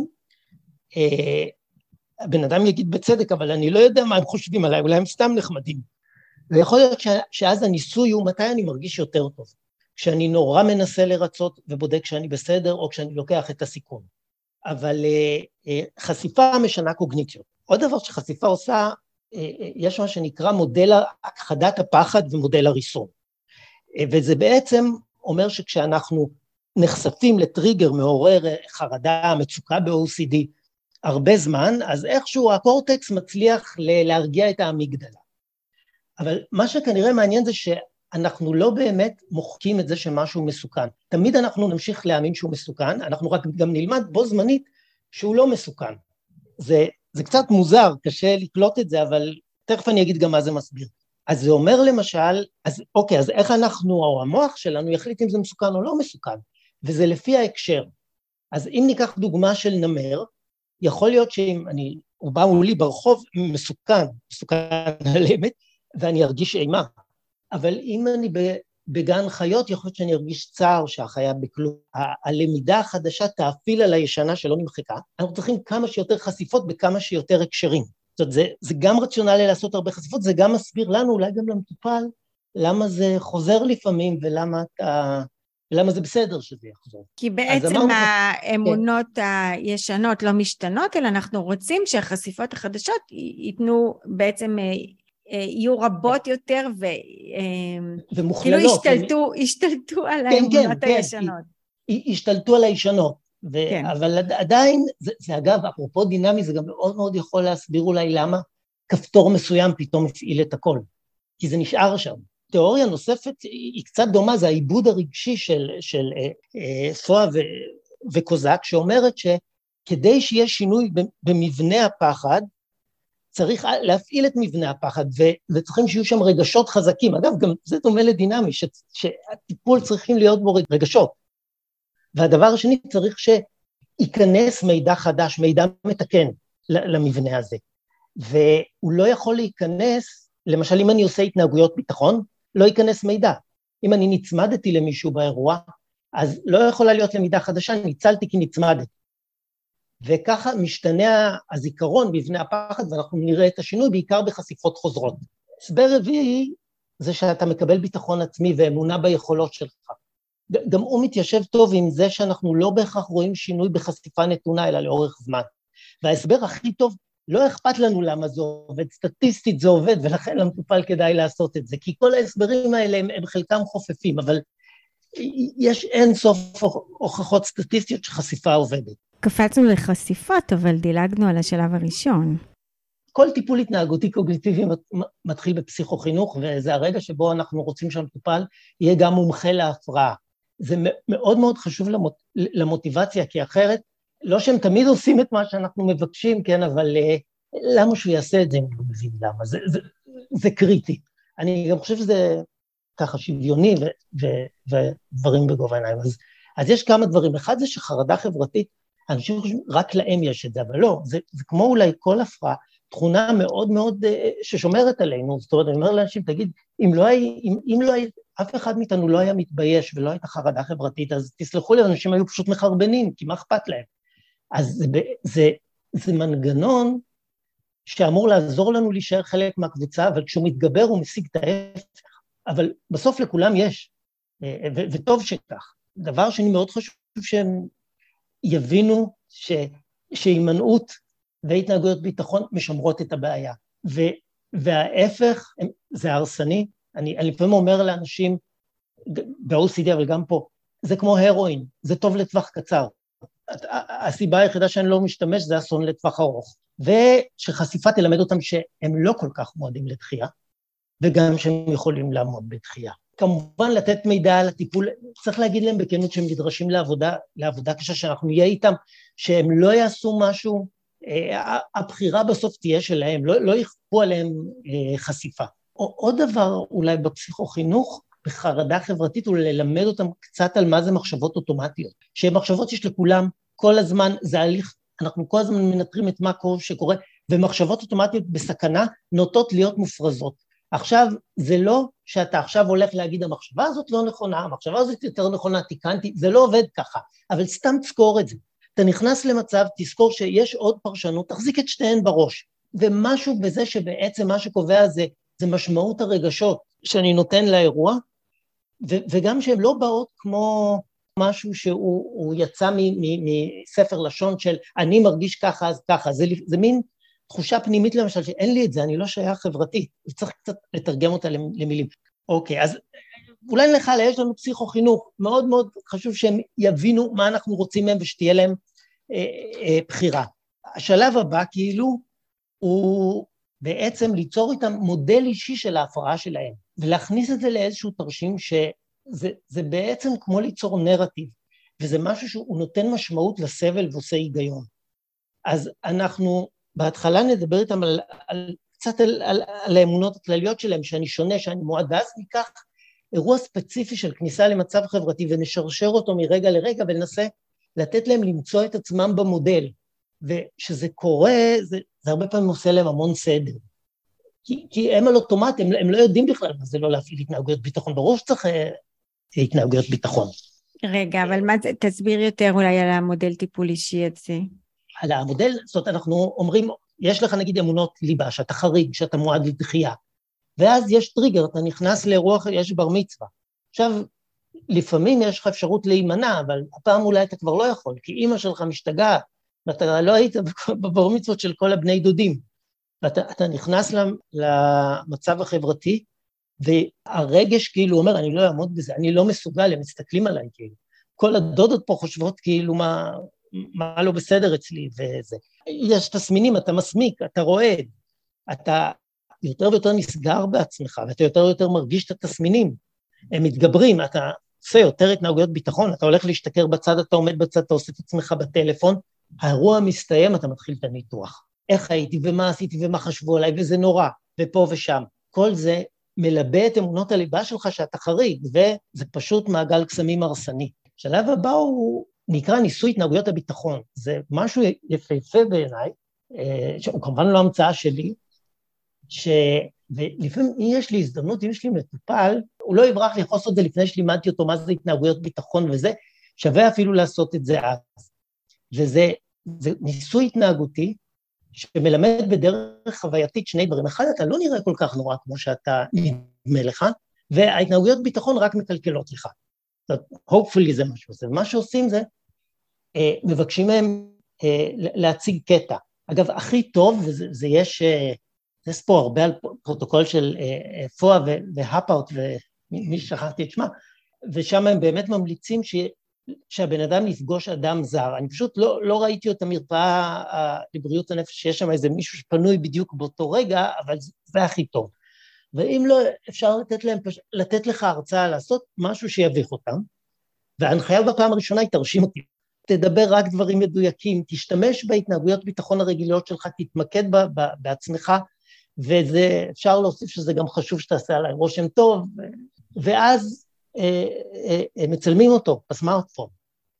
הבן אדם יגיד בצדק, אבל אני לא יודע מה הם חושבים עליי, אולי הם סתם נחמדים. ויכול להיות שאז הניסוי הוא מתי אני מרגיש יותר טוב. כשאני נורא מנסה לרצות ובודק שאני בסדר, או כשאני לוקח את הסיכון. אבל חשיפה משנה קוגניציות. עוד דבר שחשיפה עושה, יש מה שנקרא מודל הכחדת הפחד ומודל הריסון. וזה בעצם אומר שכשאנחנו נחשפים לטריגר מעורר חרדה, מצוקה ב-OCD, הרבה זמן, אז איכשהו הקורטקס מצליח להרגיע את האמיגדלה. אבל מה שכנראה מעניין זה שאנחנו לא באמת מוחקים את זה שמשהו מסוכן. תמיד אנחנו נמשיך להאמין שהוא מסוכן, אנחנו רק גם נלמד בו זמנית שהוא לא מסוכן. זה קצת מוזר, קשה לקלוט את זה, אבל תכף אני אגיד גם מה זה מסביר. אז זה אומר למשל, אז אוקיי, אז איך אנחנו, או המוח שלנו, יחליט אם זה מסוכן או לא מסוכן, וזה לפי ההקשר. אז אם ניקח דוגמה של נמר, יכול להיות שאם הוא בא מולי ברחוב, מסוכן על אמת, ואני ארגיש אימה. אבל אם אני בגן חיות, יכול להיות שאני ארגיש צער שהחיה בכלום. הלמידה החדשה תאפיל על הישנה שלא נמחקה. אנחנו צריכים כמה שיותר חשיפות בכמה שיותר הקשרים. זאת אומרת, זה גם רציונלי לעשות הרבה חשיפות, זה גם מסביר לנו, אולי גם למטופל, למה זה חוזר לפעמים, ולמה זה בסדר שזה יחזור. כי בעצם האמונות הישנות לא משתנות, אלא אנחנו רוצים שהחשיפות החדשות ייתנו בעצם יהיו רבות יותר, ומוכללות. כאילו השתלטו על האמונות הישנות. השתלטו על הישנות. אבל עדיין, זה אגב, אפרופו דינמי, זה גם מאוד מאוד יכול להסביר אולי למה כפתור מסוים פתאום הפעיל את הכל, כי זה נשאר שם. תיאוריה נוספת היא קצת דומה, זה העיבוד הרגשי של פואה וקוזק, שאומרת שכדי שיהיה שינוי במבנה הפחד, צריך להפעיל את מבנה הפחד, וצריכים שיהיו שם רגשות חזקים. אגב, גם זה דומה לדינמי, שהטיפול צריכים להיות בו רגשות. והדבר השני, צריך שייכנס מידע חדש, מידע מתקן למבנה הזה. והוא לא יכול להיכנס, למשל, אם אני עושה התנהגויות ביטחון, לא ייכנס מידע. אם אני נצמדתי למישהו באירוע, אז לא יכולה להיות למידה חדשה, ניצלתי כי נצמדתי. וככה משתנה הזיכרון בבני הפחד, ואנחנו נראה את השינוי בעיקר בחשיפות חוזרות. הסבר רביעי זה שאתה מקבל ביטחון עצמי ואמונה ביכולות שלך. גם הוא מתיישב טוב עם זה שאנחנו לא בהכרח רואים שינוי בחשיפה נתונה, אלא לאורך זמן. וההסבר הכי טוב, לא אכפת לנו למה זה עובד, סטטיסטית זה עובד, ולכן למטופל כדאי לעשות את זה, כי כל ההסברים האלה הם חלקם חופפים, אבל יש אין סוף הוכחות סטטיסטיות שחשיפה עובדת. קפצנו לחשיפות, אבל דילגנו על השלב הראשון. כל טיפול התנהגותי קוגניטיבי מתחיל בפסיכוחינוך, וזה הרגע שבו אנחנו רוצים שהמטופל יהיה גם מומחה להפרעה. זה מאוד מאוד חשוב למוטיבציה, כי אחרת, לא שהם תמיד עושים את מה שאנחנו מבקשים, כן, אבל למה שהוא יעשה את זה, אני לא מבין למה, זה קריטי. אני גם חושב שזה ככה שוויוני ודברים בגובה העיניים. אז יש כמה דברים. אחד זה שחרדה חברתית, אנשים חושבים, רק להם יש את זה, אבל לא, זה כמו אולי כל הפרעה, תכונה מאוד מאוד ששומרת עלינו, זאת אומרת, אני אומר לאנשים, תגיד, אם לא היה, אף אחד מאיתנו לא היה מתבייש ולא הייתה חרדה חברתית, אז תסלחו לי, אנשים היו פשוט מחרבנים, כי מה אכפת להם? אז זה מנגנון שאמור לעזור לנו להישאר חלק מהקבוצה, אבל כשהוא מתגבר הוא משיג את ההפך, אבל בסוף לכולם יש, וטוב שכך. דבר שני מאוד חשוב שהם יבינו שהימנעות והתנהגויות ביטחון משמרות את הבעיה, וההפך זה הרסני. אני לפעמים אומר לאנשים, ב-OCD אבל גם פה, זה כמו הרואין, זה טוב לטווח קצר, הסיבה היחידה שאני לא משתמש זה אסון לטווח ארוך, ושחשיפה תלמד אותם שהם לא כל כך מועדים לתחייה, וגם שהם יכולים לעמוד בתחייה. כמובן לתת מידע על הטיפול, צריך להגיד להם בכנות שהם נדרשים לעבודה קשה, שאנחנו נהיה איתם, שהם לא יעשו משהו, הבחירה בסוף תהיה שלהם, לא יכפו עליהם חשיפה. עוד דבר אולי בפסיכוחינוך, בחרדה חברתית, הוא ללמד אותם קצת על מה זה מחשבות אוטומטיות, שמחשבות יש לכולם כל הזמן, זה הליך, אנחנו כל הזמן מנטרים את מה שקורה, ומחשבות אוטומטיות בסכנה נוטות להיות מופרזות. עכשיו, זה לא שאתה עכשיו הולך להגיד, המחשבה הזאת לא נכונה, המחשבה הזאת יותר נכונה, תיקנתי, זה לא עובד ככה, אבל סתם תזכור את זה. אתה נכנס למצב, תזכור שיש עוד פרשנות, תחזיק את שתיהן בראש, ומשהו בזה שבעצם מה שקובע זה משמעות הרגשות שאני נותן לאירוע, וגם שהן לא באות כמו משהו שהוא יצא מספר לשון של אני מרגיש ככה אז ככה, זה מין תחושה פנימית למשל שאין לי את זה, אני לא שייך חברתית, וצריך קצת לתרגם אותה למילים. אוקיי, אז אולי לך, יש לנו פסיכוחינוך, מאוד מאוד חשוב שהם יבינו מה אנחנו רוצים מהם ושתהיה להם בחירה. השלב הבא כאילו הוא בעצם ליצור איתם מודל אישי של ההפרעה שלהם, ולהכניס את זה לאיזשהו תרשים שזה בעצם כמו ליצור נרטיב, וזה משהו שהוא נותן משמעות לסבל ועושה היגיון. אז אנחנו בהתחלה נדבר איתם קצת על האמונות הכלליות שלהם, שאני שונה, שאני מועד, ואז ניקח אירוע ספציפי של כניסה למצב חברתי, ונשרשר אותו מרגע לרגע, וננסה לתת להם למצוא את עצמם במודל, ושזה קורה, זה הרבה פעמים עושה להם המון סדר. כי הם על אוטומט, הם לא יודעים בכלל מה זה לא להפעיל התנהגויות ביטחון, ברור שצריך התנהגויות ביטחון. רגע, אבל תסביר יותר אולי על המודל טיפול אישי הזה. על המודל, זאת אומרת, אנחנו אומרים, יש לך נגיד אמונות ליבה, שאתה חריג, שאתה מועד לדחייה, ואז יש טריגר, אתה נכנס לאירוע, יש בר מצווה. עכשיו, לפעמים יש לך אפשרות להימנע, אבל הפעם אולי אתה כבר לא יכול, כי אמא שלך משתגעת, ואתה לא היית בבר מצוות של כל הבני דודים, ואתה נכנס למצב החברתי, והרגש כאילו אומר, אני לא אעמוד בזה, אני לא מסוגל, הם מסתכלים עליי כאילו. כל הדודות פה חושבות כאילו מה לא בסדר אצלי וזה. יש תסמינים, אתה מסמיק, אתה רועד, יותר ויותר נסגר בעצמך, ואתה יותר ויותר מרגיש את התסמינים, הם מתגברים, אתה עושה יותר התנהגויות ביטחון, אתה הולך להשתכר בצד, אתה עומד בצד, אתה עושה את עצמך בטלפון, האירוע מסתיים, אתה מתחיל את הניתוח. איך הייתי ומה עשיתי ומה חשבו עליי, וזה נורא, ופה ושם. כל זה מלבה את אמונות הליבה שלך שאתה חריג, וזה פשוט מעגל קסמים הרסני. השלב הבא הוא נקרא ניסוי התנהגויות הביטחון. זה משהו יפהפה בעיניי, שהוא כמובן לא המצאה שלי, ולפעמים אם יש לי הזדמנות, אם יש לי מטופל, הוא לא יברח לחוס את זה לפני שלימדתי אותו מה זה התנהגויות ביטחון וזה, שווה אפילו לעשות את זה אז. וזה ניסוי התנהגותי, שמלמד בדרך חווייתית שני דברים. אחד, אתה לא נראה כל כך נורא כמו שאתה נדמה לך, וההתנהגויות ביטחון רק מקלקלות לך. hopefully זה משהו. מה שעושים זה, מבקשים מהם להציג קטע. אגב, הכי טוב, וזה יש פה הרבה על פרוטוקול של פואה והפאוט, ומי שכחתי את שמה, ושם הם באמת ממליצים שהבן אדם נפגוש אדם זר. אני פשוט לא ראיתי את המרפאה לבריאות הנפש, שיש שם איזה מישהו שפנוי בדיוק באותו רגע, אבל זה הכי טוב. ואם לא, אפשר לתת לך הרצאה, לעשות משהו שיביך אותם, וההנחיה בפעם הראשונה היא תרשים אותי. תדבר רק דברים מדויקים, תשתמש בהתנהגויות ביטחון הרגילות שלך, תתמקד בעצמך, וזה אפשר להוסיף שזה גם חשוב שתעשה עליי רושם טוב, ואז מצלמים אותו בסמארטפון,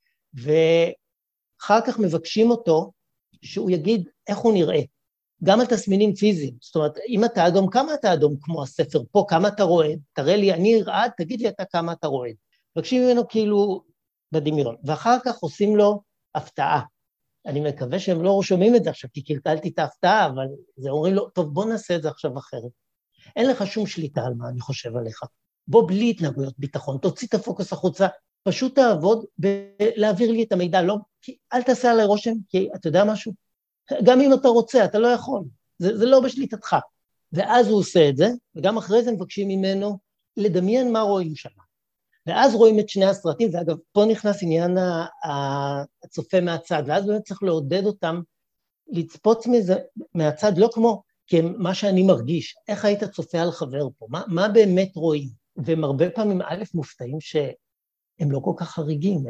ואחר כך מבקשים אותו שהוא יגיד איך הוא נראה, גם על תסמינים פיזיים, זאת אומרת, אם אתה אדום, כמה אתה אדום כמו הספר פה, כמה אתה רועד, תראה לי, אני רעד, תגיד לי אתה כמה אתה רועד, מבקשים ממנו כאילו בדמיון, ואחר כך עושים לו הפתעה, אני מקווה שהם לא שומעים את זה עכשיו, כי קלקלתי את ההפתעה, אבל זה אומרים לו, טוב בוא נעשה את זה עכשיו אחרת, אין לך שום שליטה על מה אני חושב עליך, בוא בלי התנהגויות ביטחון, תוציא את הפוקוס החוצה, פשוט תעבוד ולהעביר לי את המידע, לא, אל תעשה עליי רושם, כי אתה יודע משהו, גם אם אתה רוצה, אתה לא יכול, זה לא בשליטתך, ואז הוא עושה את זה, וגם אחרי זה מבקשים ממנו לדמיין מה רואים שם, ואז רואים את שני הסרטים, ואגב, פה נכנס עניין הצופה מהצד, ואז באמת צריך לעודד אותם, לצפות מהצד, לא כמו, כי מה שאני מרגיש, איך היית צופה על חבר פה, מה באמת רואים, והם הרבה פעמים א' מופתעים שהם לא כל כך חריגים,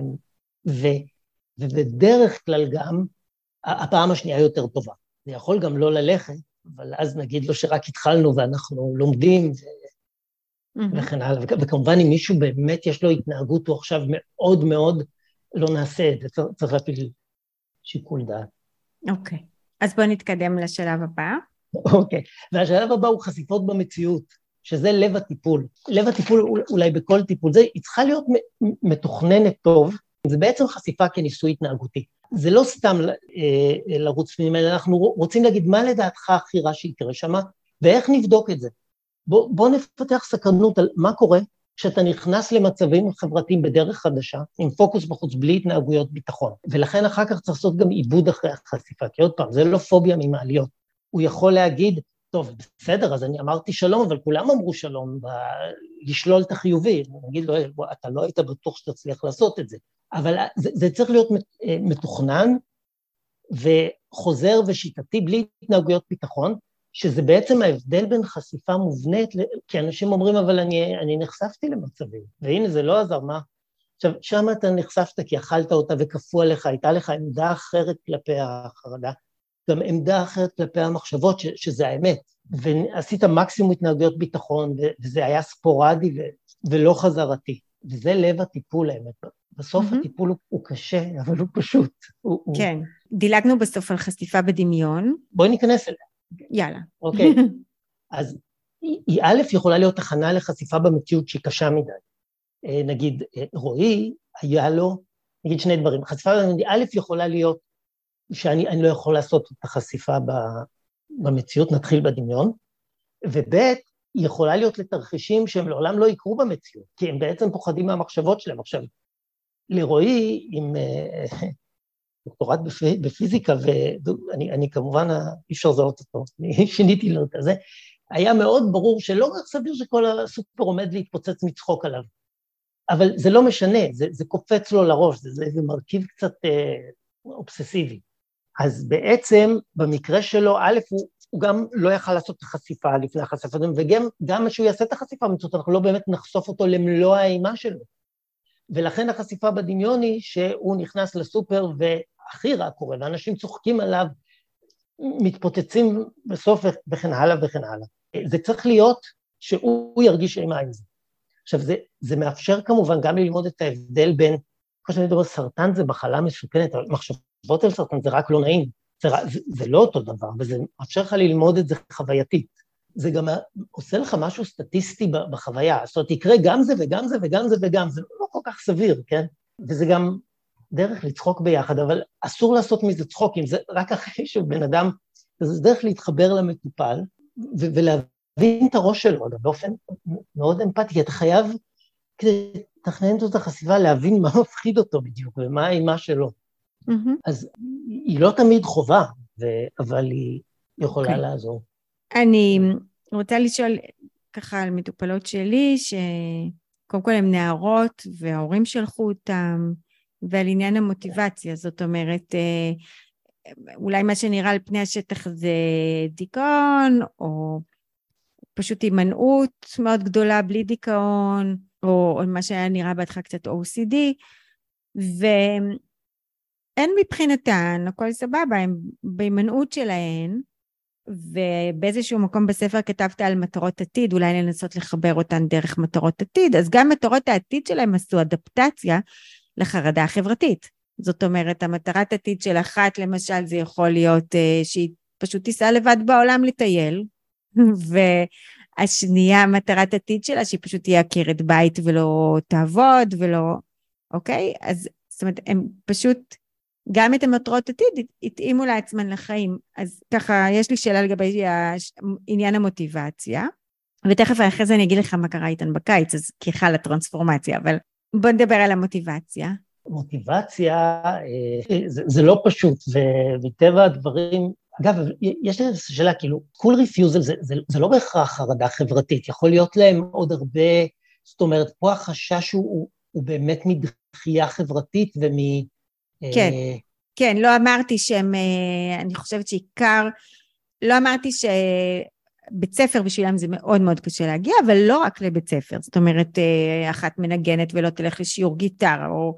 ובדרך כלל גם, הפעם השנייה יותר טובה, זה יכול גם לא ללכת, אבל אז נגיד לו שרק התחלנו ואנחנו לומדים, וכן הלאה, וכמובן אם מישהו באמת יש לו התנהגות, הוא עכשיו מאוד מאוד לא נעשה את זה, צריך להפיל שיקול דעת. אוקיי, אז בוא נתקדם לשלב הבא. אוקיי, והשלב הבא הוא חשיפות במציאות, שזה לב הטיפול. לב הטיפול אולי בכל טיפול, זה צריכה להיות מתוכננת טוב, זה בעצם חשיפה כניסוי התנהגותי. זה לא סתם לרוץ פנימה, אלא אנחנו רוצים להגיד מה לדעתך הכי רע שיקרה שמה, ואיך נבדוק את זה. בוא נפתח סקרנות על מה קורה כשאתה נכנס למצבים חברתיים בדרך חדשה, עם פוקוס בחוץ בלי התנהגויות ביטחון, ולכן אחר כך צריך לעשות גם עיבוד אחרי החשיפה, כי עוד פעם, זה לא פוביה ממעליות. הוא יכול להגיד, טוב, בסדר, אז אני אמרתי שלום, אבל כולם אמרו שלום, לשלול את החיובי, נגיד לו, אתה לא היית בטוח שתצליח לעשות את זה, אבל זה צריך להיות מתוכנן, וחוזר ושיטתי בלי התנהגויות ביטחון, שזה בעצם ההבדל בין חשיפה מובנית, כי אנשים אומרים, אבל אני נחשפתי למצבים, והנה זה לא עזר, מה? עכשיו, שם אתה נחשפת כי אכלת אותה וכפו עליך, הייתה לך עמדה אחרת כלפי החרדה, גם עמדה אחרת כלפי המחשבות, שזה האמת, ועשית מקסימום התנהגויות ביטחון, וזה היה ספורדי ולא חזרתי, וזה לב הטיפול האמת. בסוף הטיפול הוא קשה, אבל הוא פשוט. כן, דילגנו בסוף על חשיפה בדמיון. בואי ניכנס אליה. יאללה. אוקיי, אז היא א' יכולה להיות הכנה לחשיפה במציאות שהיא קשה מדי. נגיד, רועי היה לו, נגיד שני דברים, חשיפה א' יכולה להיות שאני לא יכול לעשות את החשיפה במציאות, נתחיל בדמיון, וב' היא יכולה להיות לתרחישים שהם לעולם לא יקרו במציאות, כי הם בעצם פוחדים מהמחשבות שלהם. עכשיו, לרועי עם דוקטורט בפיזיקה, ואני כמובן אי אפשר לזהות אותו, אני שיניתי לו את זה, היה מאוד ברור שלא רק סביר שכל הסופר עומד להתפוצץ מצחוק עליו, אבל זה לא משנה, זה קופץ לו לראש, זה מרכיב קצת אובססיבי. אז בעצם במקרה שלו, א' הוא גם לא יכל לעשות את החשיפה לפני החשיפה, וגם שהוא יעשה את החשיפה, אנחנו לא באמת נחשוף אותו למלוא האימה שלו. ולכן החשיפה בדמיון היא שהוא נכנס לסופר והכי רע קורה, ואנשים צוחקים עליו, מתפוצצים בסוף וכן הלאה וכן הלאה. זה צריך להיות שהוא ירגיש אימה עם זה. עכשיו, זה מאפשר כמובן גם ללמוד את ההבדל בין, כמו שאני מדבר, סרטן זה מחלה מסוכנת, מחשבות על סרטן זה רק לא נעים, זה לא אותו דבר, וזה מאפשר לך ללמוד את זה חווייתית. זה גם עושה לך משהו סטטיסטי בחוויה, זאת אומרת, יקרה גם זה וגם זה וגם זה וגם, זה לא כל כך סביר, כן? וזה גם דרך לצחוק ביחד, אבל אסור לעשות מזה צחוק, אם זה רק אחרי שבן אדם, זה דרך להתחבר למטופל, ולהבין את הראש שלו, באופן מאוד אמפתי, כי אתה חייב, כדי לתכנן את החשיפה, להבין מה מפחיד אותו בדיוק, ומה האימה שלו. אז היא לא תמיד חובה, אבל היא יכולה לעזור. אני רוצה לשאול ככה על מטופלות שלי, שקודם כל הן נערות, וההורים שלחו אותם, ועל עניין המוטיבציה, זאת אומרת, אולי מה שנראה על פני השטח זה דיכאון, או פשוט הימנעות מאוד גדולה בלי דיכאון, או מה שהיה נראה בהתחלה קצת OCD, ואין מבחינתן, הכל סבבה, הם בהימנעות שלהן, ובאיזשהו מקום בספר כתבת על מטרות עתיד, אולי לנסות לחבר אותן דרך מטרות עתיד, אז גם מטרות העתיד שלהם עשו אדפטציה לחרדה החברתית. זאת אומרת, המטרת עתיד של אחת, למשל, זה יכול להיות שהיא פשוט תיסע לבד בעולם לטייל, והשנייה, מטרת עתיד שלה, שהיא פשוט תהיה עקרת בית ולא תעבוד, ולא, אוקיי? אז זאת אומרת, הם פשוט, גם את המטרות עתיד, התאימו לעצמן לחיים. אז ככה, יש לי שאלה לגבי עניין המוטיבציה, ותכף אחרי זה אני אגיד לך מה קרה איתן בקיץ, אז כחל הטרנספורמציה, אבל בוא נדבר על המוטיבציה. מוטיבציה, זה לא פשוט, ומטבע הדברים, אגב, יש לי שאלה, כאילו, cool refusal זה לא בהכרח חרדה חברתית, יכול להיות להם עוד הרבה, זאת אומרת, פה החשש הוא באמת מדחייה חברתית כן, כן, לא אמרתי שהם, אני חושבת שעיקר, לא אמרתי שבית ספר בשבילם זה מאוד מאוד קשה להגיע, אבל לא רק לבית ספר, זאת אומרת, אחת מנגנת ולא תלך לשיעור גיטרה, או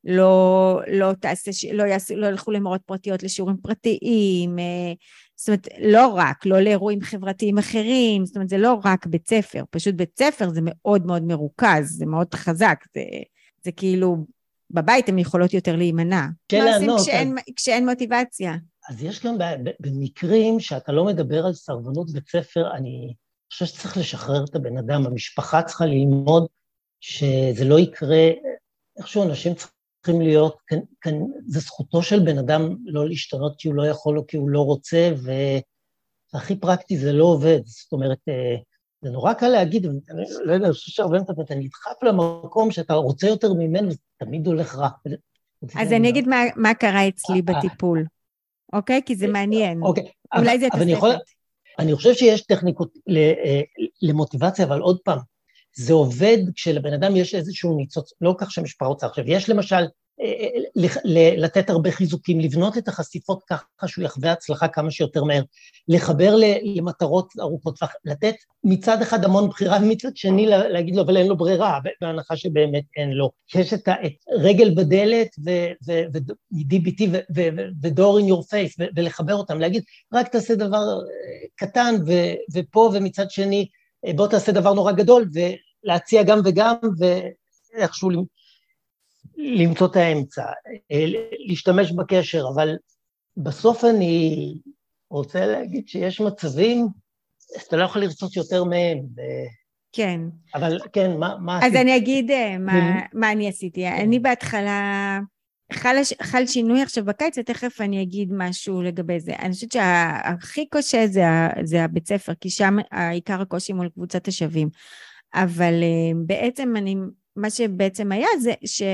לא ילכו למורות פרטיות לשיעורים פרטיים, זאת אומרת, לא רק, לא לאירועים חברתיים אחרים, זאת אומרת, זה לא רק בית ספר, פשוט בית ספר זה מאוד מאוד מרוכז, זה מאוד חזק, זה כאילו, בבית הן יכולות יותר להימנע. מה עושים כשאין מוטיבציה? אז יש גם במקרים שאתה לא מדבר על סרבנות בית ספר, אני חושב שצריך לשחרר את הבן אדם, המשפחה צריכה ללמוד שזה לא יקרה, איכשהו אנשים צריכים להיות, זה זכותו של בן אדם לא להשתנות כי הוא לא יכול או כי הוא לא רוצה, והכי פרקטי זה לא עובד, זאת אומרת, זה נורא קל להגיד, אני לא יודע, אני חושב שהרבה פעמים אתה נדחף למקום שאתה רוצה יותר ממנו, זה תמיד הולך רע. אז אני אגיד מה קרה אצלי בטיפול, אוקיי? כי זה מעניין. אולי זה תוספת. אני חושב שיש טכניקות למוטיבציה, אבל עוד פעם, זה עובד כשלבן אדם יש איזשהו ניצוץ, לא כך שהמשפחה רוצה. עכשיו, יש למשל לתת הרבה חיזוקים, לבנות את החשיפות ככה שהוא יחווה הצלחה כמה שיותר מהר, לחבר למטרות ארוכות, לתת מצד אחד המון בחירה, ומצד שני להגיד לו, אבל אין לו ברירה, בהנחה שבאמת אין לו. יש את רגל בדלת ו-DBT ו-door in your face, ולחבר אותם, להגיד, רק תעשה דבר קטן ופה, ומצד שני, בוא תעשה דבר נורא גדול, ולהציע גם וגם, ואיכשהו למצוא את האמצע, להשתמש בקשר, אבל בסוף אני רוצה להגיד שיש מצבים, אתה לא יכול לרצות יותר מהם. כן. אבל כן, מה עשיתי? אז אני אגיד מה אני עשיתי. אני בהתחלה, חל שינוי עכשיו בקיץ, ותכף אני אגיד משהו לגבי זה. אני חושבת שהכי קשה זה הבית ספר, כי שם העיקר הקושי מול קבוצת השווים. אבל בעצם מה שבעצם היה זה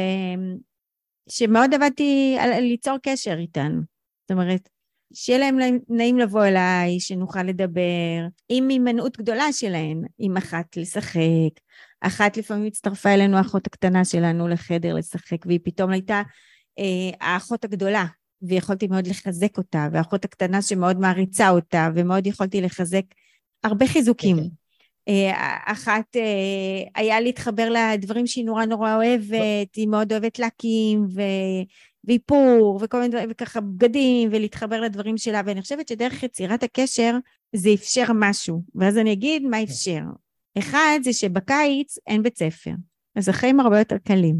שמאוד עבדתי ליצור קשר איתן. זאת אומרת, שיהיה להם נעים לבוא אליי, שנוכל לדבר, עם הימנעות גדולה שלהן, עם אחת לשחק, אחת לפעמים הצטרפה אלינו האחות הקטנה שלנו לחדר לשחק, והיא פתאום הייתה האחות הגדולה, ויכולתי מאוד לחזק אותה, והאחות הקטנה שמאוד מעריצה אותה, ומאוד יכולתי לחזק הרבה חיזוקים. אחת, היה להתחבר לדברים שהיא נורא נורא אוהבת, היא מאוד אוהבת להקים, ואיפור, וכל מיני דברים, וככה בגדים, ולהתחבר לדברים שלה, ואני חושבת שדרך יצירת הקשר, זה אפשר משהו, ואז אני אגיד מה אפשר. אחד, זה שבקיץ אין בית ספר, אז החיים הרבה יותר קלים,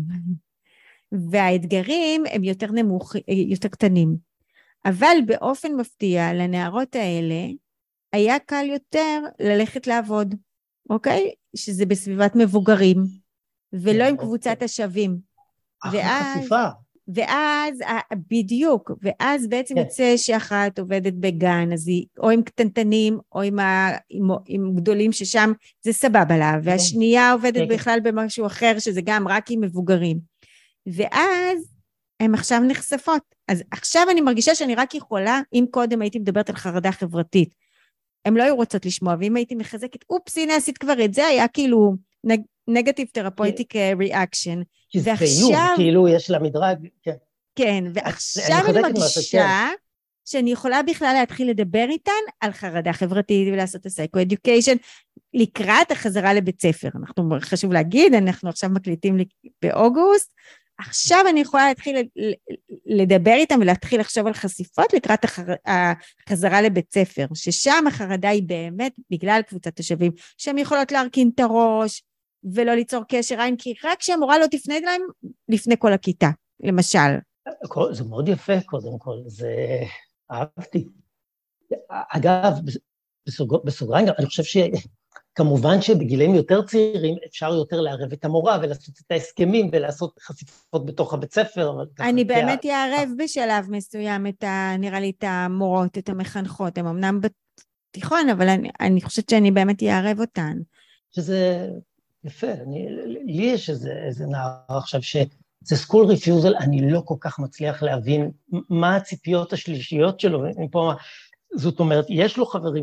והאתגרים הם יותר קטנים, אבל באופן מפתיע, לנערות האלה, היה קל יותר ללכת לעבוד, אוקיי? שזה בסביבת מבוגרים, ולא עם קבוצת השווים. אחלה חשיפה. ואז, בדיוק, ואז בעצם יוצא שאחת עובדת בגן, אז היא או עם קטנטנים, או עם גדולים ששם זה סבבה לה, והשנייה עובדת בכלל במשהו אחר, שזה גם רק עם מבוגרים. ואז הן עכשיו נחשפות. אז עכשיו אני מרגישה שאני רק יכולה, אם קודם הייתי מדברת על חרדה חברתית, הם לא היו רוצות לשמוע, ואם הייתי מחזקת, אופס, הנה עשית כבר את זה, היה כאילו נגטיב תרפויטיק ריאקשן. כי זה ציור, כאילו יש לה מדרג, כן. כן, ועכשיו אני מרגישה שאני יכולה בכלל להתחיל לדבר איתן על חרדה חברתית, ולעשות את הסייקו-אדיוקיישן, לקראת החזרה לבית ספר. חשוב להגיד, אנחנו עכשיו מקליטים באוגוסט, עכשיו אני יכולה להתחיל לדבר איתם ולהתחיל לחשוב על חשיפות לקראת החזרה לבית ספר, ששם החרדה היא באמת בגלל קבוצת השווים, שהן יכולות להרכין את הראש ולא ליצור קשר עין, כי רק שהמורה לא תפנה להם לפני כל הכיתה, למשל. זה מאוד יפה קודם כל, זה אהבתי. אגב, בסוגריים, אני חושב כמובן שבגילאים יותר צעירים אפשר יותר לערב את המורה ולעשות את ההסכמים ולעשות חשיפות בתוך הבית ספר. אני באמת אערב בשלב מסוים נראה לי את המורות, את המחנכות, הם אמנם בתיכון, אבל אני חושבת שאני באמת אערב אותן. שזה יפה, לי יש איזה נער עכשיו שזה סקול ריפיוזל, אני לא כל כך מצליח להבין מה הציפיות השלישיות שלו, זאת אומרת, יש לו חברים,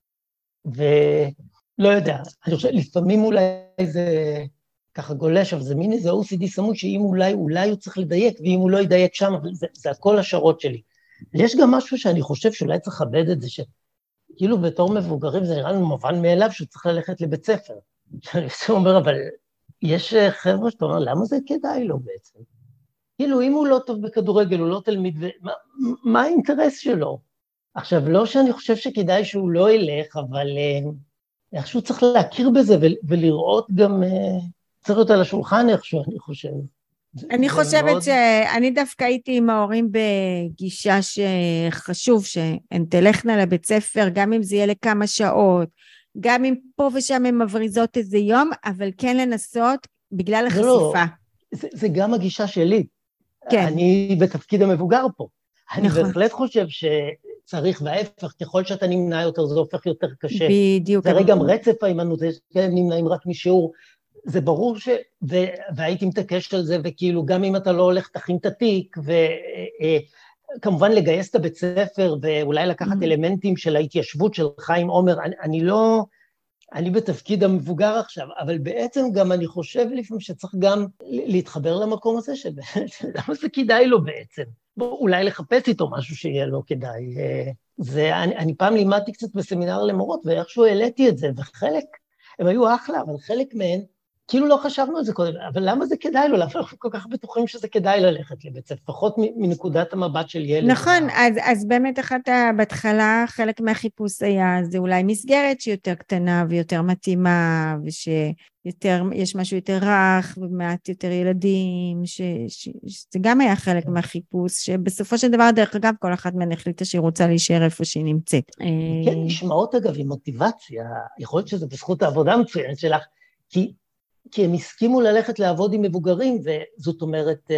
לא יודע, אני חושב, לפעמים אולי זה ככה גולש, אבל זה מין איזה OCD סמוי, שאם אולי הוא צריך לדייק, ואם הוא לא ידייק שם, אבל זה הכל השערות שלי. יש גם משהו שאני חושב שאולי צריך לכבד את זה, שכאילו בתור מבוגרים זה נראה לנו מובן מאליו, שהוא צריך ללכת לבית ספר. שאני אומר, אבל יש חבר'ה שאתה אומר, למה זה כדאי לו בעצם? כאילו, אם הוא לא טוב בכדורגל, הוא לא תלמיד, מה האינטרס שלו? עכשיו, לא שאני חושב שכדאי שהוא לא ילך, אבל איכשהו צריך להכיר בזה ולראות גם, צריך להיות על השולחן איכשהו, אני חושב. אני חושבת שאני דווקא הייתי עם ההורים בגישה שחשוב שהן תלכנה לבית ספר, גם אם זה יהיה לכמה שעות, גם אם פה ושם הן מבריזות איזה יום, אבל כן לנסות בגלל החשיפה. זה גם הגישה שלי. אני בתפקיד המבוגר פה. אני בהחלט חושב צריך וההפך, ככל שאתה נמנע יותר, זה הופך יותר קשה. בדיוק. זה הרי גם רצף ההימנעות, נמנעים רק משיעור, זה ברור והייתי מתעקש על זה, וכאילו גם אם אתה לא הולך תכין את התיק, וכמובן לגייס את הבית ספר, ואולי לקחת אלמנטים של ההתיישבות של חיים עומר, אני בתפקיד המבוגר עכשיו, אבל בעצם גם אני חושב לפעמים שצריך גם להתחבר למקום הזה, למה זה כדאי לו בעצם? אולי לחפש איתו משהו שיהיה לו כדאי. אני פעם לימדתי קצת בסמינר למורות, ואיכשהו העליתי את זה, וחלק, הם היו אחלה, אבל חלק מהן, כאילו לא חשבנו על זה קודם, אבל למה זה כדאי לו? למה אנחנו כל כך בטוחים שזה כדאי ללכת לבית ספר, לפחות מנקודת המבט של ילד. נכון, אז באמת בהתחלה חלק מהחיפוש היה, זה אולי מסגרת שיותר קטנה ויותר מתאימה, יש משהו יותר רך ומעט יותר ילדים, שזה גם היה חלק מהחיפוש, שבסופו של דבר, דרך אגב, כל אחת מהן החליטה שהיא רוצה להישאר איפה שהיא נמצאת. כן, נשמעות אגב עם מוטיבציה, יכול להיות שזה בזכות העבודה המצוינת שלך, כי הם הסכימו ללכת לעבוד עם מבוגרים, וזאת אומרת,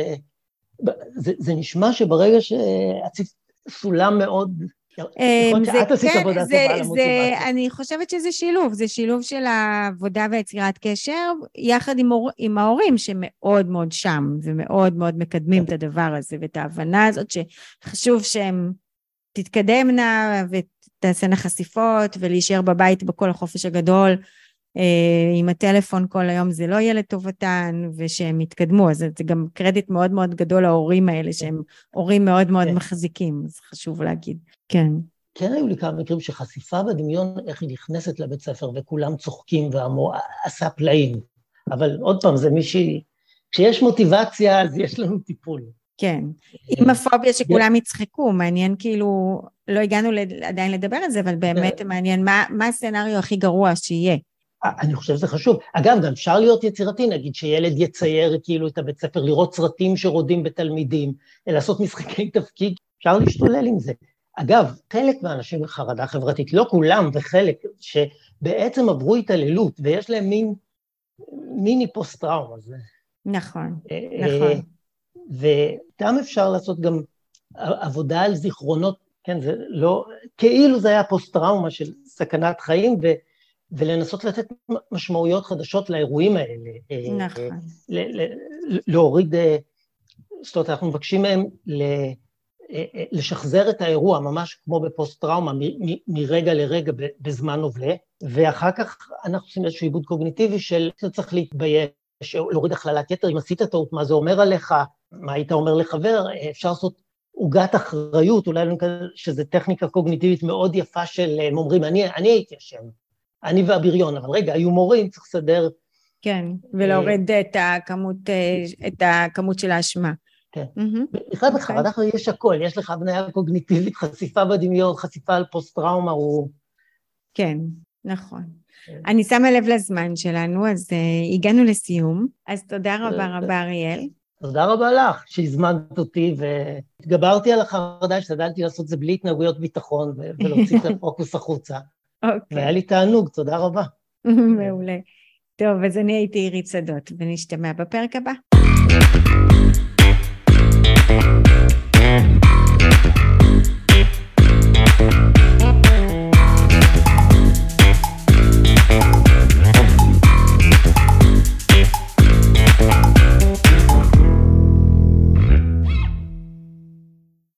זה נשמע שברגע שעשית סולם מאוד, יכול להיות שאת עשית עבודה טובה על המוטיבציה. אני חושבת שזה שילוב, זה שילוב של העבודה ויצירת קשר, יחד עם ההורים שמאוד מאוד שם, ומאוד מאוד מקדמים את הדבר הזה, ואת ההבנה הזאת שחשוב שהם תתקדמנה, ותעשינה חשיפות, ולהישאר בבית בכל החופש הגדול, עם הטלפון כל היום זה לא יהיה לטובתן, ושהם יתקדמו, אז זה גם קרדיט מאוד מאוד גדול להורים האלה, שהם הורים מאוד מאוד מחזיקים, אז חשוב להגיד, כן. כן, היו לי כמה מקרים שחשיפה בדמיון, איך היא נכנסת לבית ספר, וכולם צוחקים והמורה עשה פלאים, אבל עוד פעם, זה מישהי, כשיש מוטיבציה, אז יש לנו טיפול. כן, עם הפוביה שכולם יצחקו, מעניין כאילו, לא הגענו עדיין לדבר על זה, אבל באמת מעניין, מה הסצנריו הכי גרוע שיהיה? אני חושב שזה חשוב. אגב, גם אפשר להיות יצירתי, נגיד שילד יצייר כאילו את הבית ספר, לראות סרטים שרודים בתלמידים, לעשות משחקי תפקיד, אפשר להשתולל עם זה. אגב, חלק מהאנשים בחרדה חברתית, לא כולם וחלק, שבעצם עברו התעללות, ויש להם מיני פוסט-טראומה. נכון, נכון. וגם אפשר לעשות גם עבודה על זיכרונות, כן, זה לא, כאילו זה היה פוסט-טראומה של סכנת חיים, ולנסות לתת משמעויות חדשות לאירועים האלה. נכון. להוריד, זאת אומרת, אנחנו מבקשים מהם לשחזר את האירוע, ממש כמו בפוסט-טראומה, מרגע לרגע בזמן הווה, ואחר כך אנחנו עושים איזשהו עיבוד קוגניטיבי של צריך להתבייש, להוריד הכללת יתר, אם עשית טעות, מה זה אומר עליך, מה היית אומר לחבר, אפשר לעשות עוגת אחריות, אולי שזה טכניקה קוגניטיבית מאוד יפה של, הם אומרים, אני הייתי אשם, אני והבריון, אבל רגע, היו מורים, צריך לסדר. כן, ולהוריד את הכמות של האשמה. כן. בכלל בחרדה יש הכל, יש לך הבניה קוגניטיבית, חשיפה בדמיון, חשיפה על פוסט-טראומה, הוא... כן, נכון. אני שמה לב לזמן שלנו, אז הגענו לסיום, אז תודה רבה אריאל. תודה רבה לך שהזמנת אותי, והתגברתי על החרדה שתדלתי לעשות זה בלי התנהגויות ביטחון, ולהוציא את הפוקוס החוצה. והיה לי תענוג, תודה רבה. מעולה. טוב, אז אני הייתי עירית שדות, ונשתמע בפרק הבא.